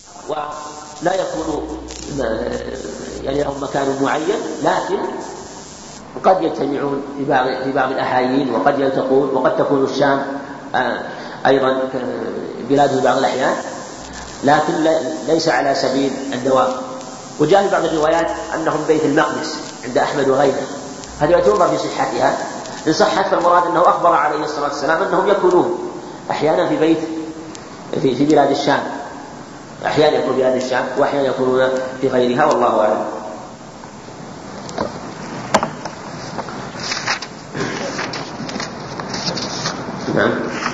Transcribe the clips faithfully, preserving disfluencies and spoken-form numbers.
ولا يكون يعني لهم مكان معين، لكن قد يجتمعون في بعض في بعض الأحايين، وقد يلتقون، وقد تكون الشام أيضا بلاد في بعض الأحيان، لكن ليس على سبيل الدوام. وجاء في بعض الروايات أنهم بيت المقدس عند أحمد وغيره، هذا يعتبر بصحتها. إن صحت فالمراد أنه أخبر عليه الصلاة والسلام أنهم يكونون أحيانا في بيت في, في بلاد الشام، أحيانا يكون في بلاد الشام وأحيانا يكونون في غيرها، والله أعلم. نعم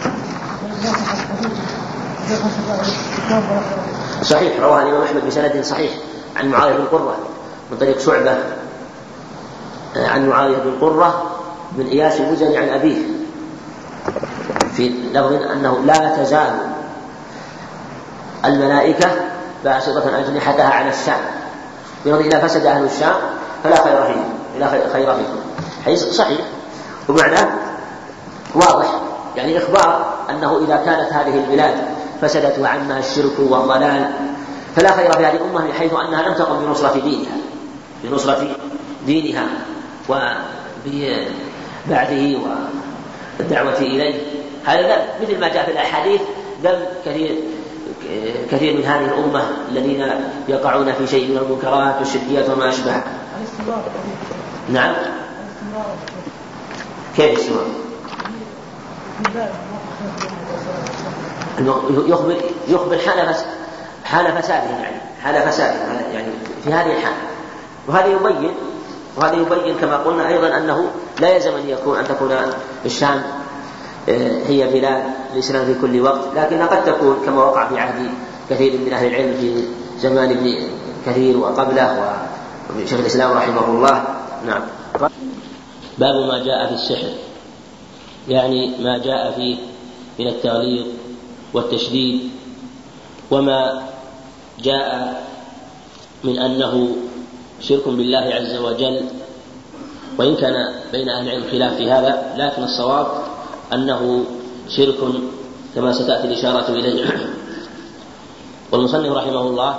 صحيح، رواه الإمام أحمد بسند صحيح عن معاوية بن قرة من طريق شعبة عن معاوية بن قرة من إياس المزني عن أبيه في لفظ أنه لا تزال الملائكة باسطة أجنحتها على الشام، بمعنى إذا فسد أهل الشام فلا خير فيهم، لا خير فيهم. حديث صحيح ومعناه واضح، يعني إخبار أنه إذا كانت هذه البلاد فسدت وعمها الشرك والضلال فلا خير في هذه الأمة، من حيث أنها لم تقم بنصرة دينها بنصرة دينها وبعده والدعوة إليه. هذا مثل ما جاء في الأحاديث ذم كثير كثير من هذه الأمة الذين يقعون في شيء من المنكرات والشركيات وما أشبه. نعم كيف استمرار؟ يخبر يخبر حال حال فسادهم، يعني حال فسادهم يعني في هذه الحال. وهذا يبين وهذا يبين كما قلنا أيضا أنه لا يلزم أن يكون أن تكون الشام هي بلاد الإسلام في كل وقت، لكن قد تكون كما وقع في عهد كثير من أهل العلم في زمان ابن كثير وقبله وشيخ الإسلام رحمه الله. نعم. باب ما جاء في السحر، يعني ما جاء فيه من التغليظ والتشديد، وما جاء من أنه شرك بالله عز وجل، وإن كان بين أهل العلم خلاف في هذا، لكن الصواب أنه شرك كما ستأتي الإشارة إليه. والمصنف رحمه الله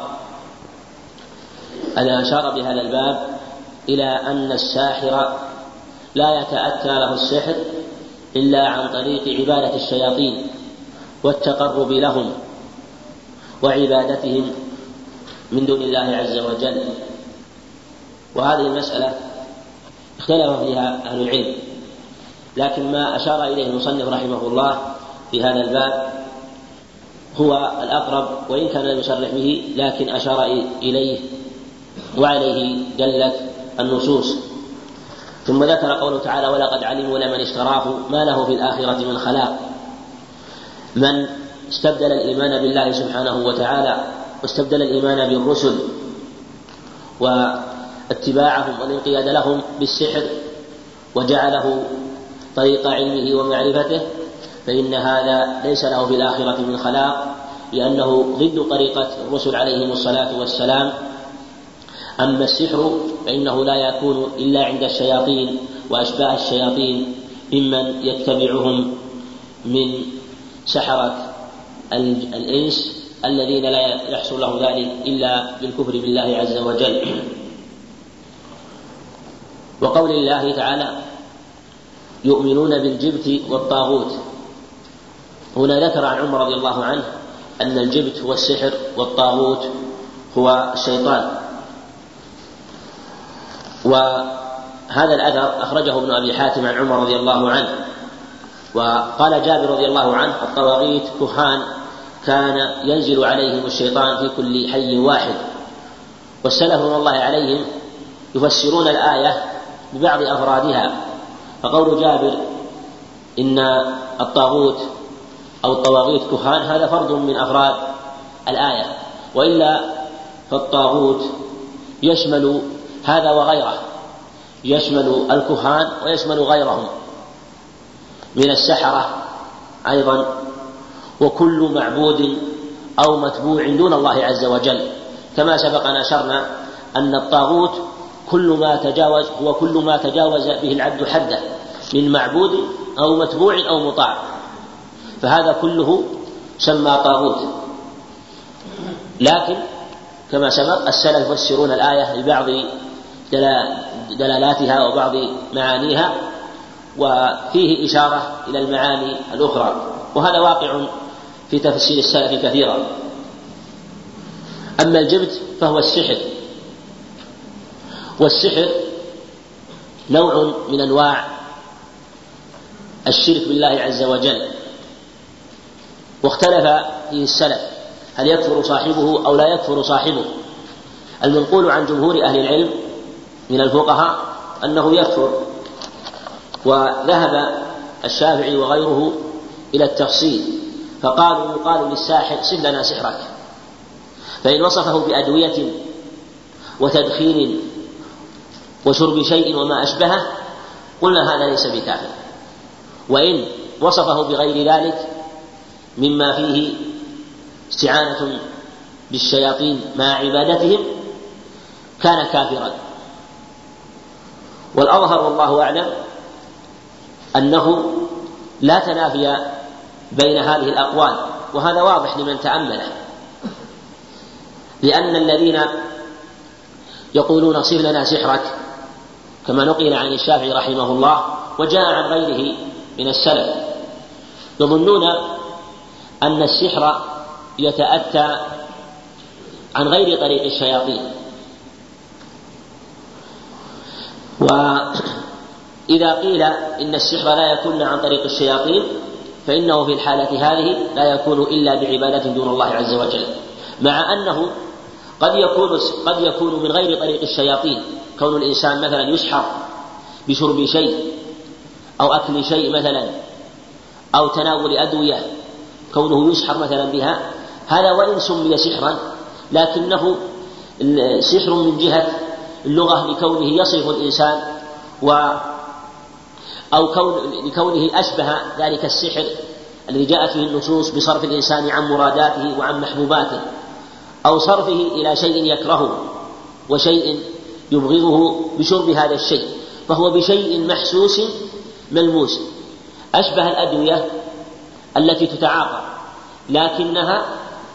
أن أشار بهذا الباب إلى أن الساحر لا يتأتى له السحر إلا عن طريق عبادة الشياطين والتقرب لهم وعبادتهم من دون الله عز وجل. وهذه المسألة اختلف فيها أهل العلم، لكن ما أشار إليه المصنف رحمه الله في هذا الباب هو الأقرب، وإن كان لم يصرح به لكن أشار إليه وعليه دلت النصوص. ثم ذكر قوله تعالى: ولقد علموا لمن اشتراه ما له في الآخرة من خلاق. من استبدل الإيمان بالله سبحانه وتعالى واستبدل الإيمان بالرسل واتباعهم والانقياد لهم بالسحر وجعله طريق علمه ومعرفته، فإن هذا ليس له في الآخرة من خلاق، لأنه ضد طريقة الرسل عليهم الصلاة والسلام. أما السحر فإنه لا يكون إلا عند الشياطين وأشباه الشياطين ممن يتبعهم من سحرة الإنس الذين لا يحصل له ذلك إلا بالكفر بالله عز وجل. وقول الله تعالى: يؤمنون بالجبت والطاغوت، هنا ذكر عن عمر رضي الله عنه أن الجبت هو السحر والطاغوت هو الشيطان. وهذا الأثر أخرجه ابن أبي حاتم عن عمر رضي الله عنه. وقال جابر رضي الله عنه: الطواغيت كهان كان ينزل عليهم الشيطان في كل حي واحد. والسلف رضي الله عليهم يفسرون الآية ببعض أفرادها، فقول جابر إن الطاغوت أو الطواغيت كهان هذا فرد من أفراد الآية، وإلا فالطاغوت يشمل هذا وغيره، يشمل الكهان ويشمل غيرهم من السحرة أيضا، وكل معبود أو متبوع دون الله عز وجل، كما سبق نشرنا أن الطاغوت كل ما تجاوز هو كل ما تجاوز به العبد حده من معبود أو متبوع أو مطاع، فهذا كله سمى طاغوت. لكن كما سبق السلف يفسرون الآية لبعض دلالاتها وبعض معانيها، وفيه إشارة إلى المعاني الأخرى، وهذا واقع في تفسير السلف كثيرا. أما الجبت فهو السحر، والسحر نوع من أنواع الشرك بالله عز وجل، واختلف فيه السلف هل يكفر صاحبه أو لا يكفر صاحبه. المنقول عن جمهور أهل العلم من الفقهاء أنه يكفر، وذهب الشافعي وغيره إلى التفصيل، فقالوا يقال للساحر صف لنا سحرك، فإن وصفه بأدوية وتدخين وشرب شيء وما أشبهه قلنا هذا ليس بكافر، وإن وصفه بغير ذلك مما فيه استعانة بالشياطين مع عبادتهم كان كافرا. والأظهر والله أعلم أنه لا تنافي بين هذه الأقوال، وهذا واضح لمن تأمله، لأن الذين يقولون صف لنا سحرك كما نقل عن الشافعي رحمه الله وجاء عن غيره من السلف يظنون أن السحر يتأتى عن غير طريق الشياطين، وإذا قيل إن السحر لا يكون عن طريق الشياطين فإنه في الحالة هذه لا يكون إلا بعبادة دون الله عز وجل، مع أنه قد يكون قد يكون من غير طريق الشياطين، كون الإنسان مثلا يسحر بشرب شيء أو أكل شيء مثلا أو تناول أدوية، كونه يسحر مثلا بها، هذا وإن سمي سحرا لكنه سحر من جهة اللغة لكونه يصرف الإنسان و أو كون لكونه أشبه ذلك السحر الذي جاءت فيه النصوص بصرف الإنسان عن مراداته وعن محبوباته، أو صرفه إلى شيء يكرهه وشيء يبغضه بشرب هذا الشيء، فهو بشيء محسوس ملموس أشبه الأدوية التي تتعاطى، لكنها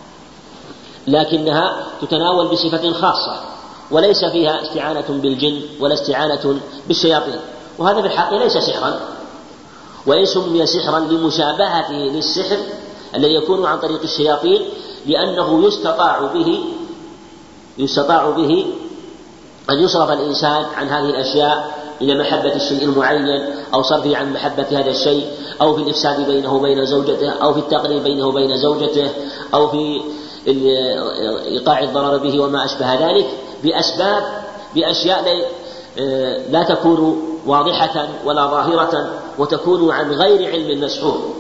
لكنها تتناول بصفة خاصة وليس فيها استعانة بالجن ولا استعانة بالشياطين، وهذا بالحق ليس سحرا، وإن سمي سحرا لمشابهته للسحر الذي يكون عن طريق الشياطين، لأنه يستطاع به يستطاع به أن يصرف الإنسان عن هذه الأشياء إلى محبة الشيء المعين أو صرفه عن محبة هذا الشيء، أو في الإفساد بينه وبين زوجته، أو في التقريب بينه وبين زوجته، أو في إيقاع الضرر به وما أشبه ذلك بأسباب بأشياء لا تكون واضحة ولا ظاهرة وتكون عن غير علم المسحور.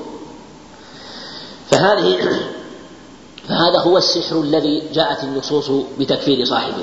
فهذه فهذا هو السحر الذي جاءت النصوص بتكفير صاحبه.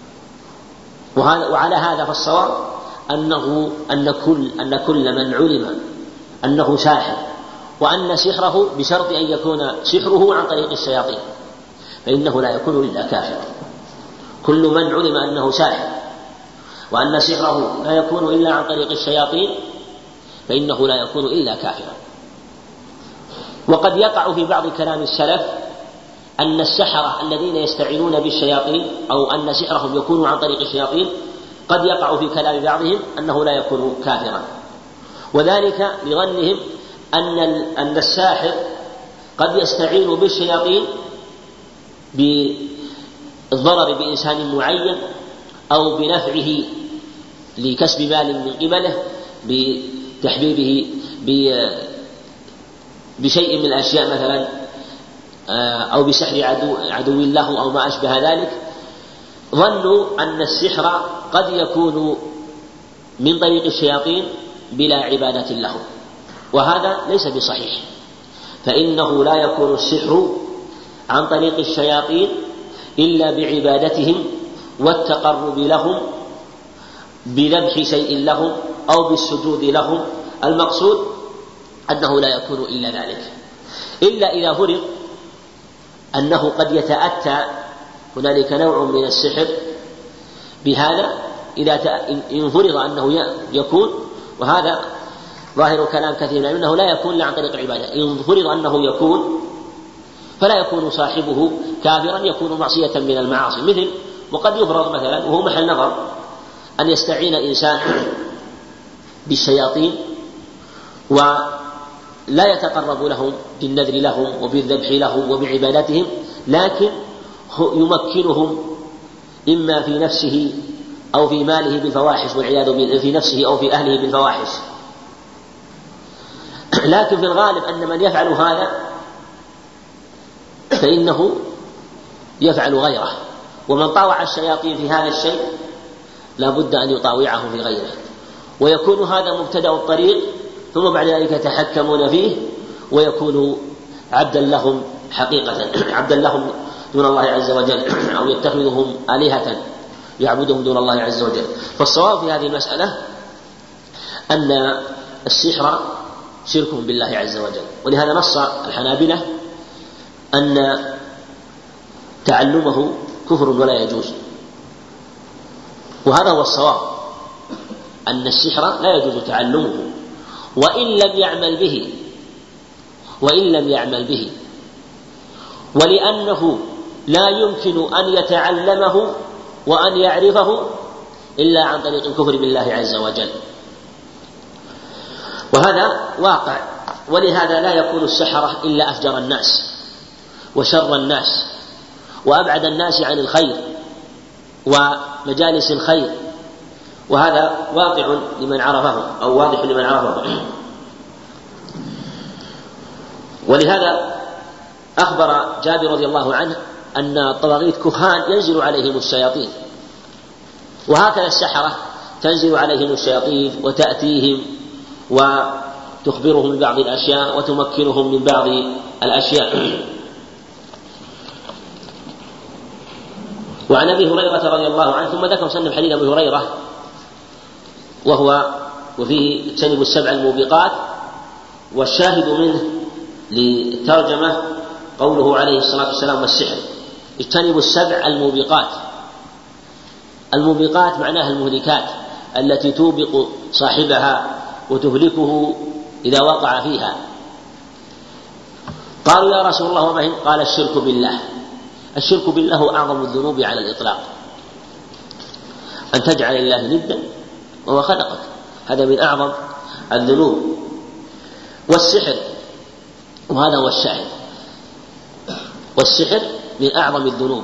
وعلى هذا فالصواب أنه أن كل أن كل من علم أنه ساحر وأن سحره بشرط أن يكون سحره عن طريق الشياطين فإنه لا يكون إلا كافرا. كل من علم أنه ساحر وأن سحره لا يكون إلا عن طريق الشياطين فإنه لا يكون إلا كافرا. وقد يقع في بعض كلام السلف أن السحرة الذين يستعينون بالشياطين أو أن سحرهم يكون عن طريق الشياطين قد يقع في كلام بعضهم أنه لا يكون كافرا، وذلك لظنهم أن أن الساحر قد يستعين بالشياطين بالضرر بإنسان معين أو بنفعه لكسب مال من قبله بتحبيبه بشيء من الأشياء مثلا أو بسحر عدو, عدو له أو ما أشبه ذلك. ظنوا أن السحر قد يكون من طريق الشياطين بلا عبادة له، وهذا ليس بصحيح، فإنه لا يكون السحر عن طريق الشياطين إلا بعبادتهم والتقرب لهم بذبح شيء لهم أو بالسجود لهم. المقصود أنه لا يكون إلا ذلك، إلا إذا فرض أنه قد يتأتى هنالك نوع من السحر بهذا، إذا إن فرض أنه يكون، وهذا ظاهر كلام كثير أنه لا يكون إلا عن طريق العبادة، إن فرض أنه يكون فلا يكون صاحبه كافرا، يكون معصية من المعاصي. مثل وقد يفرض مثلا وهو محل نظر أن يستعين إنسان بالشياطين ولا يتقرب لهم بالنذر لهم وبالذبح لهم وبعبادتهم، لكن يمكنهم إما في نفسه أو في ماله بالفواحش والعياذ بالله، في نفسه أو في أهله بالفواحش. لكن في الغالب أن من يفعل هذا فإنه يفعل غيره، ومن طاوع الشياطين في هذا الشيء لا بد أن يطاوعه في غيره، ويكون هذا مبتدأ الطريق، ثم بعد ذلك يتحكمون فيه ويكون عبدا لهم حقيقة، عبدا لهم دون الله عز وجل، أو يتخذهم آلهة يعبدهم دون الله عز وجل. فالصواب في هذه المسألة أن السحر شرك بالله عز وجل، ولهذا نص الحنابلة أن تعلمه كفر ولا يجوز، وهذا هو الصواب، أن السحر لا يجوز تعلمه وإن لم يعمل به وإن لم يعمل به ولأنه لا يمكن أن يتعلمه وأن يعرفه إلا عن طريق الكفر بالله عز وجل، وهذا واقع. ولهذا لا يكون السحرة إلا أفجر الناس وشر الناس وأبعد الناس عن الخير ومجالس الخير، وهذا واقع لمن عرفه أو واضح لمن عرفه. ولهذا أخبر جابر رضي الله عنه أن الطواغيت كهان ينزل عليهم الشياطين، وهكذا السحرة تنزل عليهم الشياطين وتأتيهم وتخبرهم ببعض الأشياء وتمكنهم من بعض الأشياء. وعن أبي هريرة رضي الله عنه، ثم ذكر مسلم حديث أبي هريرة وهو وفيه اجتنبوا السبع الموبقات، والشاهد منه للترجمة قوله عليه الصلاة والسلام والسحر. اجتنبوا السبع الموبقات، الموبقات معناها المهلكات التي توبق صاحبها وتهلكه إذا وقع فيها. قالوا يا رسول الله وما هي؟ قال الشرك بالله. الشرك بالله هو أعظم الذنوب على الإطلاق، أن تجعل الله ندا وهو خلقك، هذا من أعظم الذنوب. والسحر، وهذا هو الشاهد، والسحر من أعظم الذنوب.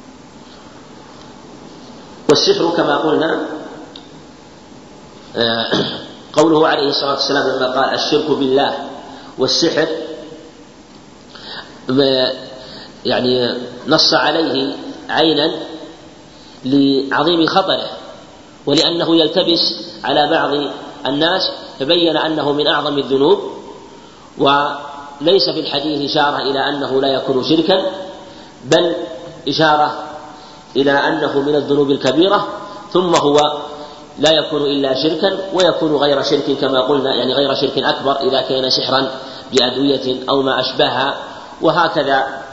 والسحر كما قلنا قوله عليه الصلاة والسلام لما قال الشرك بالله والسحر يعني نص عليه عينا لعظيم خطره ولأنه يلتبس على بعض الناس، فبين أنه من أعظم الذنوب، وليس في الحديث إشارة إلى أنه لا يكون شركا، بل إشارة إلى أنه من الذنوب الكبيرة، ثم هو لا يكون إلا شركا ويكون غير شرك كما قلنا، يعني غير شرك أكبر إذا كان سحرا بأدوية أو ما أشبهها. وهكذا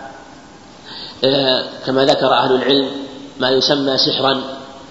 كما ذكر أهل العلم ما يسمى سحرا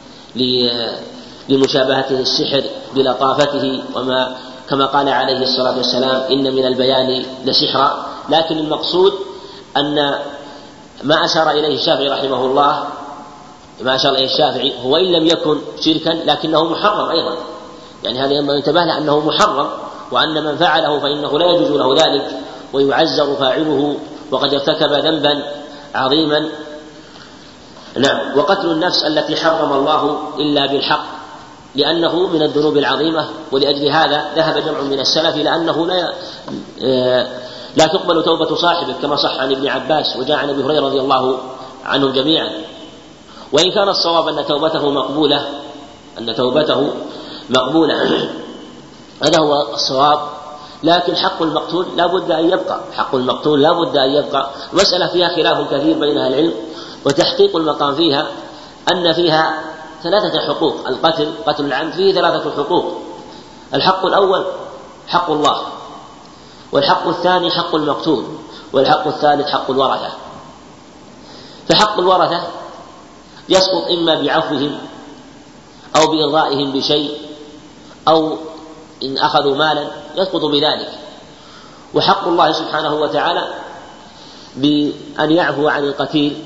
لمشابهته السحر بلطافته، وما كما قال عليه الصلاة والسلام إن من البيان لسحرا. لكن المقصود أن ما أشار إليه الشافعي رحمه الله، ما أشار إليه الشافعي هو إن لم يكن شركا لكنه محرم أيضا، يعني هذا ينبغي ينتبه له أنه محرم، وأن من فعله فإنه لا يجوز له ذلك ويعزر فاعله وقد ارتكب ذنبا عظيما. نعم. وقتل النفس التي حرم الله إلا بالحق لأنه من الذنوب العظيمة، ولأجل هذا ذهب جمع من السلف إلى أنه لا لا تقبل توبة صاحبه كما صح عن ابن عباس وجاء عن أبي هريرة رضي الله عنهم جميعا. وإن كان الصواب أن توبته مقبولة أن توبته مقبولة هذا هو الصواب، لكن حق المقتول لا بد أن يبقى، حق المقتول لا بد أن يبقى. المسألة فيها خلاف كثير بين أهل العلم، وتحقيق المقام فيها أن فيها ثلاثة حقوق. القتل قتل العمد فيه ثلاثة حقوق: الحق الأول حق الله، والحق الثاني حق المقتول، والحق الثالث حق الورثة. فحق الورثة يسقط إما بعفوهم أو بإرضائهم بشيء، أو إن أخذوا مالا يسقط بذلك. وحق الله سبحانه وتعالى بأن يعفو عن القتيل.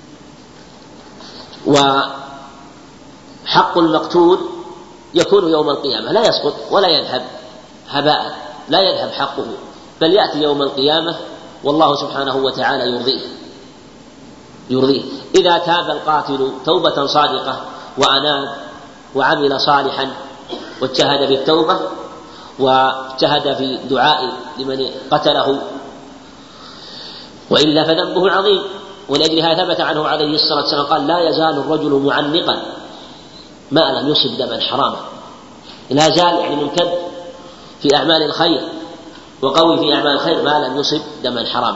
وحق المقتول يكون يوم القيامة لا يسقط ولا يذهب هباء، لا يذهب حقه، بل يأتي يوم القيامة والله سبحانه وتعالى يرضيه يرضيه إذا تاب القاتل توبة صادقة وأناب وعمل صالحا واجتهد في التوبة واجتهد في دعاء لمن قتله، وإلا فذنبه عظيم. ولأجلها ثبت عنه عليه الصلاة والسلام قال: لا يزال الرجل معلقا ما لم يصب دما حراما. لا زال يعني ممتد في أعمال الخير وقوي في أعمال الخير ما لم يصب دما حراما.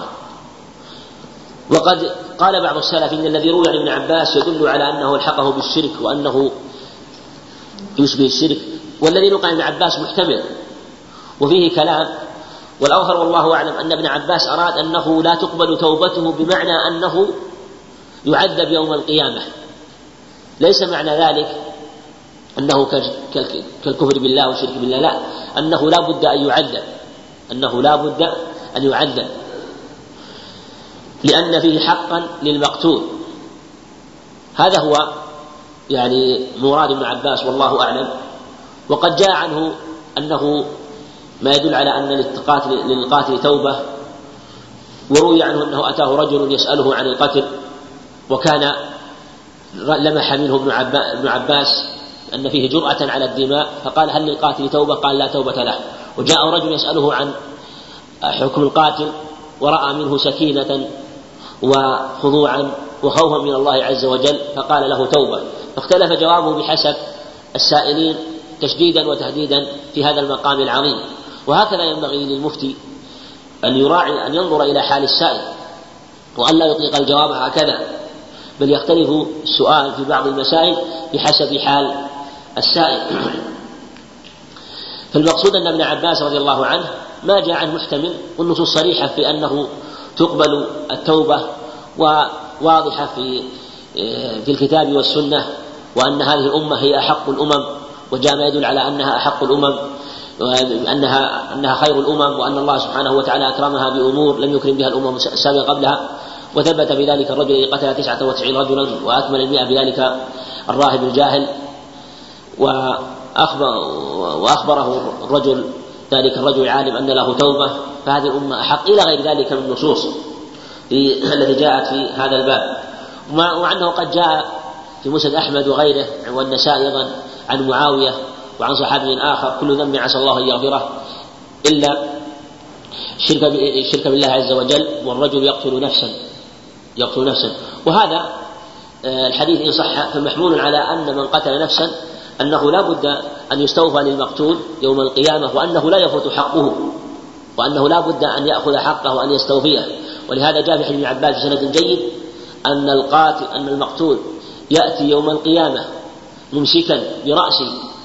وقد قال بعض السلف إن الذي روي عن ابن عباس يدل على أنه الحقه بالشرك وأنه يشبه الشرك، والذي نقل عن ابن عباس محتمل وفيه كلام، والأظهر والله أعلم أن ابن عباس أراد أنه لا تقبل توبته بمعنى أنه يعذب يوم القيامة، ليس معنى ذلك أنه كالكفر بالله والشرك بالله، لا، أنه لا بد أن يعذب أنه لا بد أن يعذب لأن فيه حقا للمقتول. هذا هو يعني مراد ابن عباس والله أعلم. وقد جاء عنه أنه ما يدل على أن للقاتل توبة، وروي عنه أنه أتاه رجل يسأله عن القتل وكان لمح منه ابن عباس أن فيه جرأة على الدماء، فقال: هل للقاتل توبة؟ قال: لا توبة له. وجاء رجل يسأله عن حكم القاتل ورأى منه سكينة وخضوعا وخوفا من الله عز وجل فقال له توبة، فاختلف جوابه بحسب السائلين تشديدا وتهديدا في هذا المقام العظيم. وهكذا ينبغي للمفتي أن يراعي أن ينظر إلى حال السائل وأن لا يطلق الجواب هكذا، بل يختلف السؤال في بعض المسائل بحسب حال السائل. فالمقصود أن ابن عباس رضي الله عنه ما جاء عنه محتمل، والنصوص صريحة في أنه تقبل التوبة وواضحة في في الكتاب والسنة، وأن هذه الأمة هي أحق الأمم، وجاء ما يدل على أنها أحق الأمم وأنها أنها خير الأمم، وأن الله سبحانه وتعالى أكرمها بأمور لم يكرم بها الأمم السابقة قبلها. وثبت بذلك الرجل الذي قتل تسعة وتسعين رجلا وأكمل المئة بذلك الراهب الجاهل، وأخبر وأخبره الرجل ذلك الرجل العالم أن له توبة، فهذه الأمة أحق، إلى غير ذلك من النصوص التي جاءت في هذا الباب. وعنه قد جاء في مسند أحمد وغيره والنسائي أيضا عن معاوية وعن صحابي آخر: كل ذنب عسى الله أن يغفره إلا الشرك بالله عز وجل، والرجل يقتل نفسا يقتل نفسا. وهذا الحديث إن صح فمحمول على أن من قتل نفسا أنه لا بد أن يستوفى للمقتول يوم القيامة، وأنه لا يفوت حقه، وأنه لا بد أن يأخذ حقه وأن يستوفيه. ولهذا جاء في حديث ابن عباس بسند جيد أن القاتل أن المقتول يأتي يوم القيامة ممسكا برأس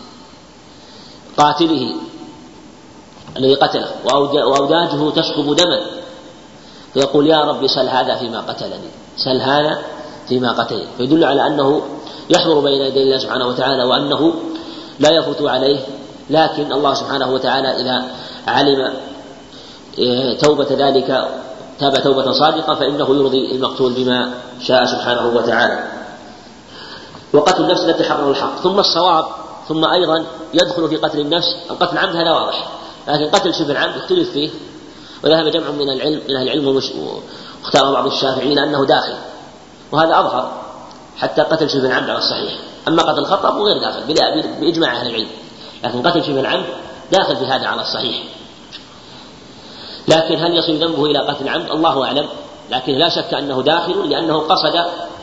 قاتله الذي قتله وأوداجه تسكب دما، فيقول: يا رب سل هذا فيما قتلني سل هذا فيما قتلني. فيدل على أنه يحضر بين يدي الله سبحانه وتعالى وأنه لا يفوت عليه، لكن الله سبحانه وتعالى إذا علم توبة ذلك تاب توبة صادقة فإنه يرضي المقتول بما شاء سبحانه وتعالى. وقتل النفس التي حرم الحق. ثم الصواب ثم أيضا يدخل في قتل النفس القتل العمد، هذا واضح، لكن قتل شبه العمد اختلف فيه، وذهب جمع من العلم من أهل العلم واختار بعض الشافعيين أنه داخل، وهذا أظهر، حتى قتل شبه العمد على الصحيح. أما قتل الخطأ غير داخل بإجماع أهل العلم، لكن قتل شبه العمد داخل في هذا على الصحيح. لكن هل يصل ذنبه إلى قتل العمد؟ الله أعلم، لكن لا شك أنه داخل، لأنه قصد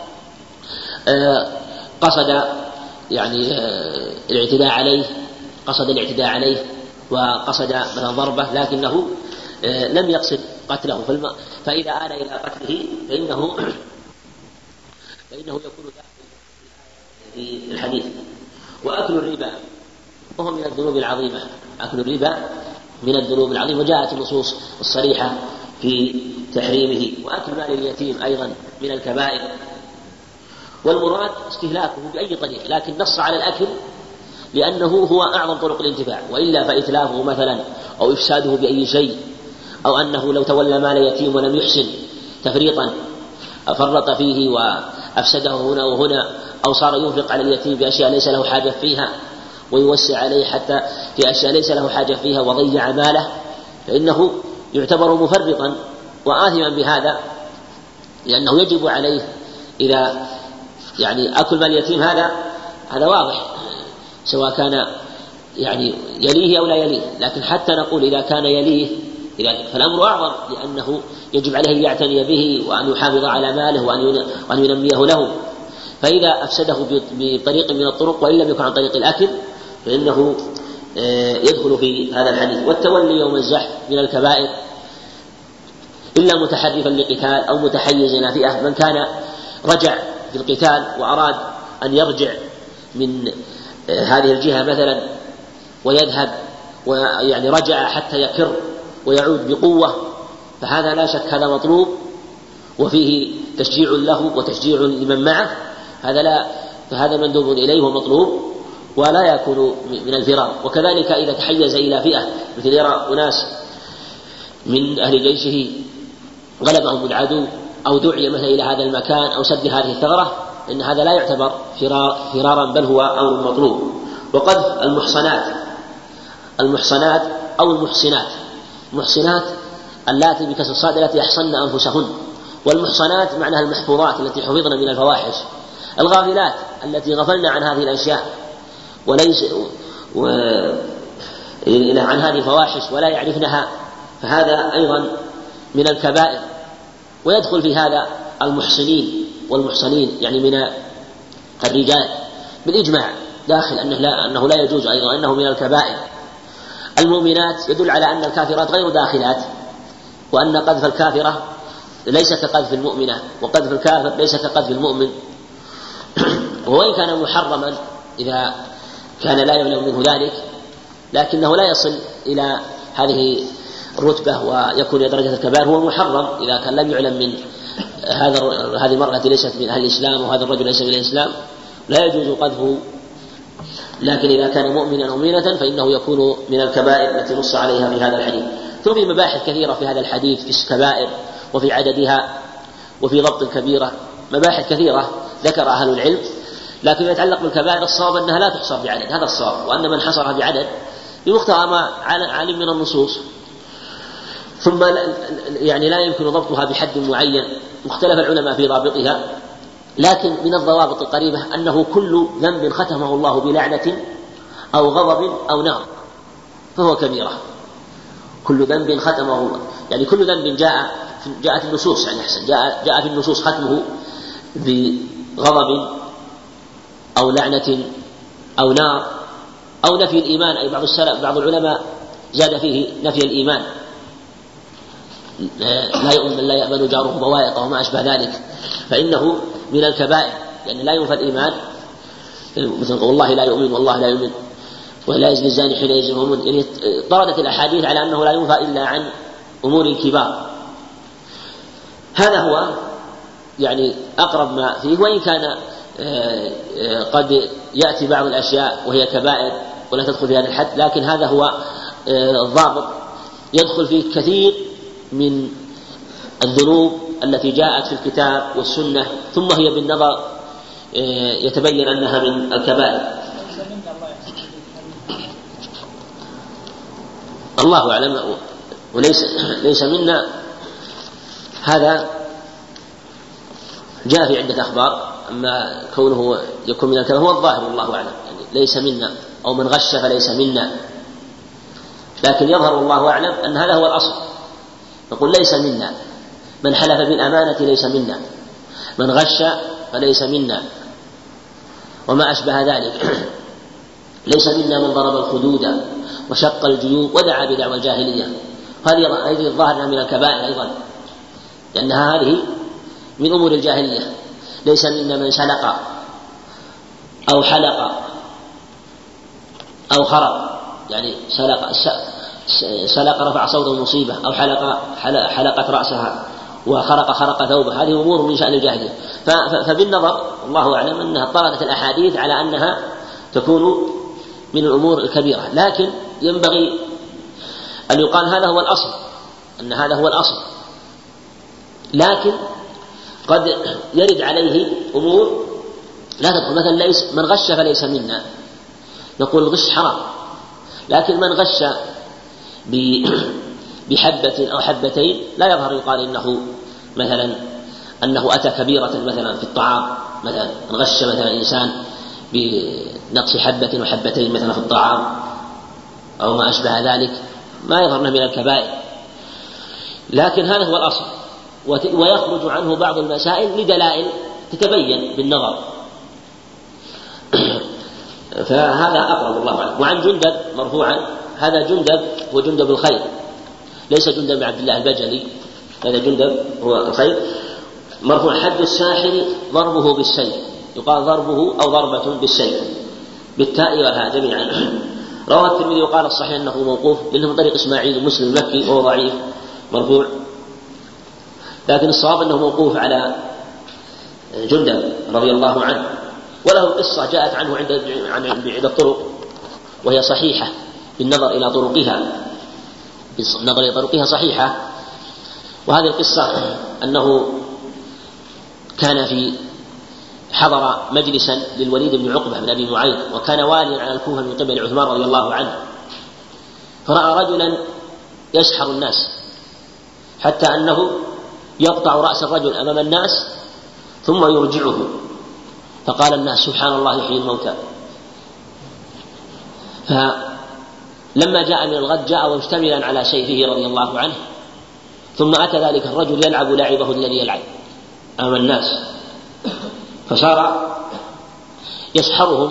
آه قصد يعني آه الاعتداء عليه قصد الاعتداء عليه وقصد مثلا ضربه، لكنه آه لم يقصد قتله، فإذا آل إلى قتله فإنه فإنه يكون داخل في الحديث. وأكل الربا وهو من الذنوب العظيمة، أكل الربا من الذنوب العظيمة، وجاءت النصوص الصريحة في تحريمه. وأكل مال اليتيم أيضا من الكبائر، والمراد استهلاكه بأي طريق، لكن نص على الأكل لأنه هو أعظم طرق الانتفاع، وإلا فإتلافه مثلا أو إفساده بأي شيء، أو أنه لو تولى مال يتيم ولم يحسن تفريطا فرط فيه وأفسده هنا وهنا، أو صار ينفق على اليتيم بأشياء ليس له حاجة فيها ويوسع عليه حتى في أشياء ليس له حاجة فيها وضيع ماله، فإنه يعتبر مفرطا وآثما بهذا، لأنه يجب عليه إذا يعني أكل مال اليتيم هذا هذا واضح سواء كان يعني يليه أو لا يليه، لكن حتى نقول إذا كان يليه فالأمر أعظم، لأنه يجب عليه أن يعتني به وأن يحافظ على ماله وأن ينميه له. فإذا أفسده بطريق من الطرق وإن لم يكن عن طريق الأكل فإنه يدخل في هذا الحديث. والتولي يوم الزحف من الكبائر إلا متحرفا لقتال أو متحيزا إلى فئة. من كان رجع في القتال وأراد أن يرجع من هذه الجهة مثلا ويذهب ويعني رجع حتى يكر ويعود بقوة، فهذا لا شك هذا مطلوب وفيه تشجيع له وتشجيع لمن معه، هذا لا فهذا مندوب إليه ومطلوب ولا يكون من الفرار. وكذلك إذا تحيز إلى فئة مثل يرى أناس من أهل جيشه غلبهم العدو أو دعي مثلا إلى هذا المكان أو سد هذه الثغرة، إن هذا لا يعتبر فرار فرارا بل هو أمر مطلوب. وقذف المحصنات المحصنات أو المحصنات المحصنات اللاتي بكسر الصاد التي يحصن أنفسهن، والمحصنات معناها المحفوظات التي حفظن من الفواحش، الغافلات التي غفلنا عن هذه الأشياء وليس و... عن هذه الفواحش ولا يعرفنها، فهذا أيضا من الكبائر. ويدخل في هذا المحصنين والمحصنين يعني من الرجال بالإجماع داخل أنه لا, أنه لا يجوز أيضا أنه من الكبائر. المؤمنات يدل على أن الكافرات غير داخلات، وأن قذف الكافرة ليس كقذف المؤمنة وقذف الكافر ليس كقذف المؤمن. وإن كان محرما إذا كان لا يعلم منه ذلك، لكنه لا يصل إلى هذه الرتبة ويكون إلى درجة الكبائر، هو محرم إذا كان لم يعلم من هذا هذه المرأة ليست من أهل الإسلام وهذا الرجل ليس من الإسلام لا يجوز قذفه. لكن إذا كان مؤمنا أو مؤمنة فإنه يكون من الكبائر التي نص عليها في هذا الحديث. ثم في مباحث كثيرة في هذا الحديث في الكبائر وفي عددها وفي ضبط الكبيرة، مباحث كثيرة ذكر أهل العلم، لكن ما يتعلق بالكبائر الصواب أنها لا تحصر بعدد، هذا الصواب، وأن من حصرها بعدد بمقتضى ما علم من النصوص. ثم يعني لا يمكن ضبطها بحد معين، مختلف العلماء في ضابطها، لكن من الضوابط القريبة أنه كل ذنب ختمه الله بلعنة أو غضب أو نار فهو كبيرة. كل ذنب ختمه الله يعني كل ذنب جاء جاءت النصوص يعني أحسن جاء جاء في النصوص ختمه بغضب أو لعنة أو نار أو نفي الإيمان، أي بعض السلف بعض العلماء زاد فيه نفي الإيمان، لا يؤمن لا يأمن جاره بوائقه وما أشبه ذلك، فإنه من الكبائر لأن لا ينفى الإيمان، مثل والله لا يؤمن والله لا يؤمن ولا يزني الزاني حين يزني وهو مؤمن، يعني طردت الأحاديث على أنه لا ينفى إلا عن أمور الكبار. هذا هو يعني أقرب ما فيه، وإن كان قد يأتي بعض الأشياء وهي كبائر ولا تدخل في هذا الحد، لكن هذا هو الضابط. يدخل فيه كثير من الذنوب التي جاءت في الكتاب والسنة، ثم هي بالنظر يتبين أنها من الكبائر. الله أعلم، وليس ليس منا هذا جاء في عدة أخبار، أما كونه يكون من الكبائر هو الظاهر والله أعلم، يعني ليس منا أو من غش فليس منا، لكن يظهر والله أعلم أن هذا هو الأصل. نقول ليس منا من حلف بالأمانة، ليس منا من غش فليس منا وما أشبه ذلك، ليس منا من ضرب الخدود وشق الجيوب ودعا بدعوى الجاهلية، هذه الظاهر من الكبائر أيضا لأنها هذه من أمور الجاهلية. ليس منا من سلق أو حلق أو خرق، يعني سلق سلق رفع صوت المصيبة، أو حلق حلقت رأسها وخرق خرق ثوبه، هذه أمور من شأن الجاهلية. فبالنظر الله أعلم أنها اضطردت الأحاديث على أنها تكون من الأمور الكبيرة، لكن ينبغي أن يقال هذا هو الأصل، أن هذا هو الأصل، لكن قد يرد عليه أمور لا تدخل، مثلا ليس من غش فليس منا، نقول الغش حرام، لكن من غش بحبة أو حبتين لا يظهر يقال إنه مثلا أنه أتى كبيرة مثلا في الطعام، مثلا من غش مثلا إنسان بنقص حبة وحبتين مثلا في الطعام أو ما أشبه ذلك، ما يظهر من الكبائر، لكن هذا هو الأصل، ويخرج عنه بعض المسائل لدلائل تتبين بالنظر. فهذا أقرب الله عنه. وعن جندب مرفوعا، هذا جندب هو جندب الخير، ليس جندب عبد الله البجلي، هذا جندب هو الخير مرفوع: حد الساحر ضربه بالسيف، يقال ضربه أو ضربة بالسيف بالتاء والهاء جميعا. رواه الترمذي وقال الصحيح أنه موقوف، لأنه من طريق إسماعيل مسلم المكي وهو ضعيف مرفوع، لكن الصواب أنه موقوف على جندب رضي الله عنه. وله قصة جاءت عنه عند عند الطرق وهي صحيحة بالنظر إلى طرقها، بالنظر إلى طرقها صحيحة. وهذه القصة أنه كان في حضر مجلسا للوليد بن عقبة بن أبي معيط، وكان واليا على الكوفة من قبل عثمان رضي الله عنه، فرأى رجلا يسحر الناس حتى أنه يقطع رأس الرجل أمام الناس ثم يرجعه، فقال الناس: سبحان الله يحيي الموتى. فلما جاء من الغد جاء مشتملا على سيفه رضي الله عنه، ثم أتى ذلك الرجل يلعب لعبه الذي يلعب أمام الناس، فصار يسحرهم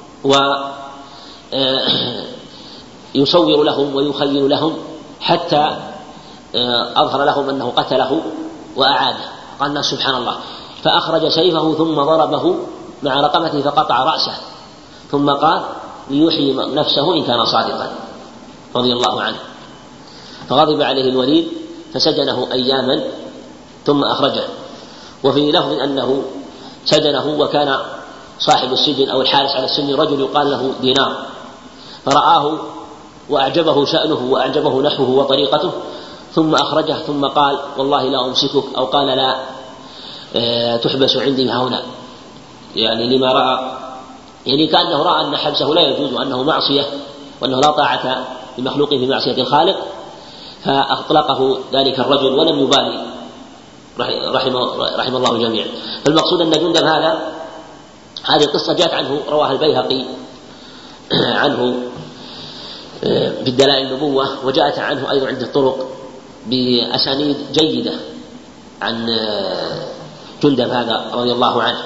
ويصور لهم ويخيل لهم حتى أظهر لهم أنه قتله وأعاده. قال الناس: سبحان الله. فأخرج سيفه ثم ضربه مع رقبته فقطع رأسه، ثم قال: ليحيي نفسه إن كان صادقا رضي الله عنه. فغضب عليه الوليد فسجنه أياما ثم أخرجه. وفي لفظ أنه سجنه وكان صاحب السجن أو الحارس على السجن رجل يقال له دينار، فرآه وأعجبه شأنه وأعجبه نحوه وطريقته، ثم أخرجه ثم قال: والله لا أمسكك، أو قال: لا تحبس عندي هنا، يعني لما رأى، يعني كأنه رأى أن حبسه لا يجوز وأنه معصية وأنه لا طاعة لمخلوق في معصية الخالق، فأطلقه ذلك الرجل ولم يبالي رحمه, رحمه الله جميعا. فالمقصود أن جندب هذا، هذه القصة جاءت عنه، رواها البيهقي عنه بالدلائل النبوة، وجاءت عنه أيضا عند الطرق بأسانيد جيدة عن جندب هذا رضي الله عنه.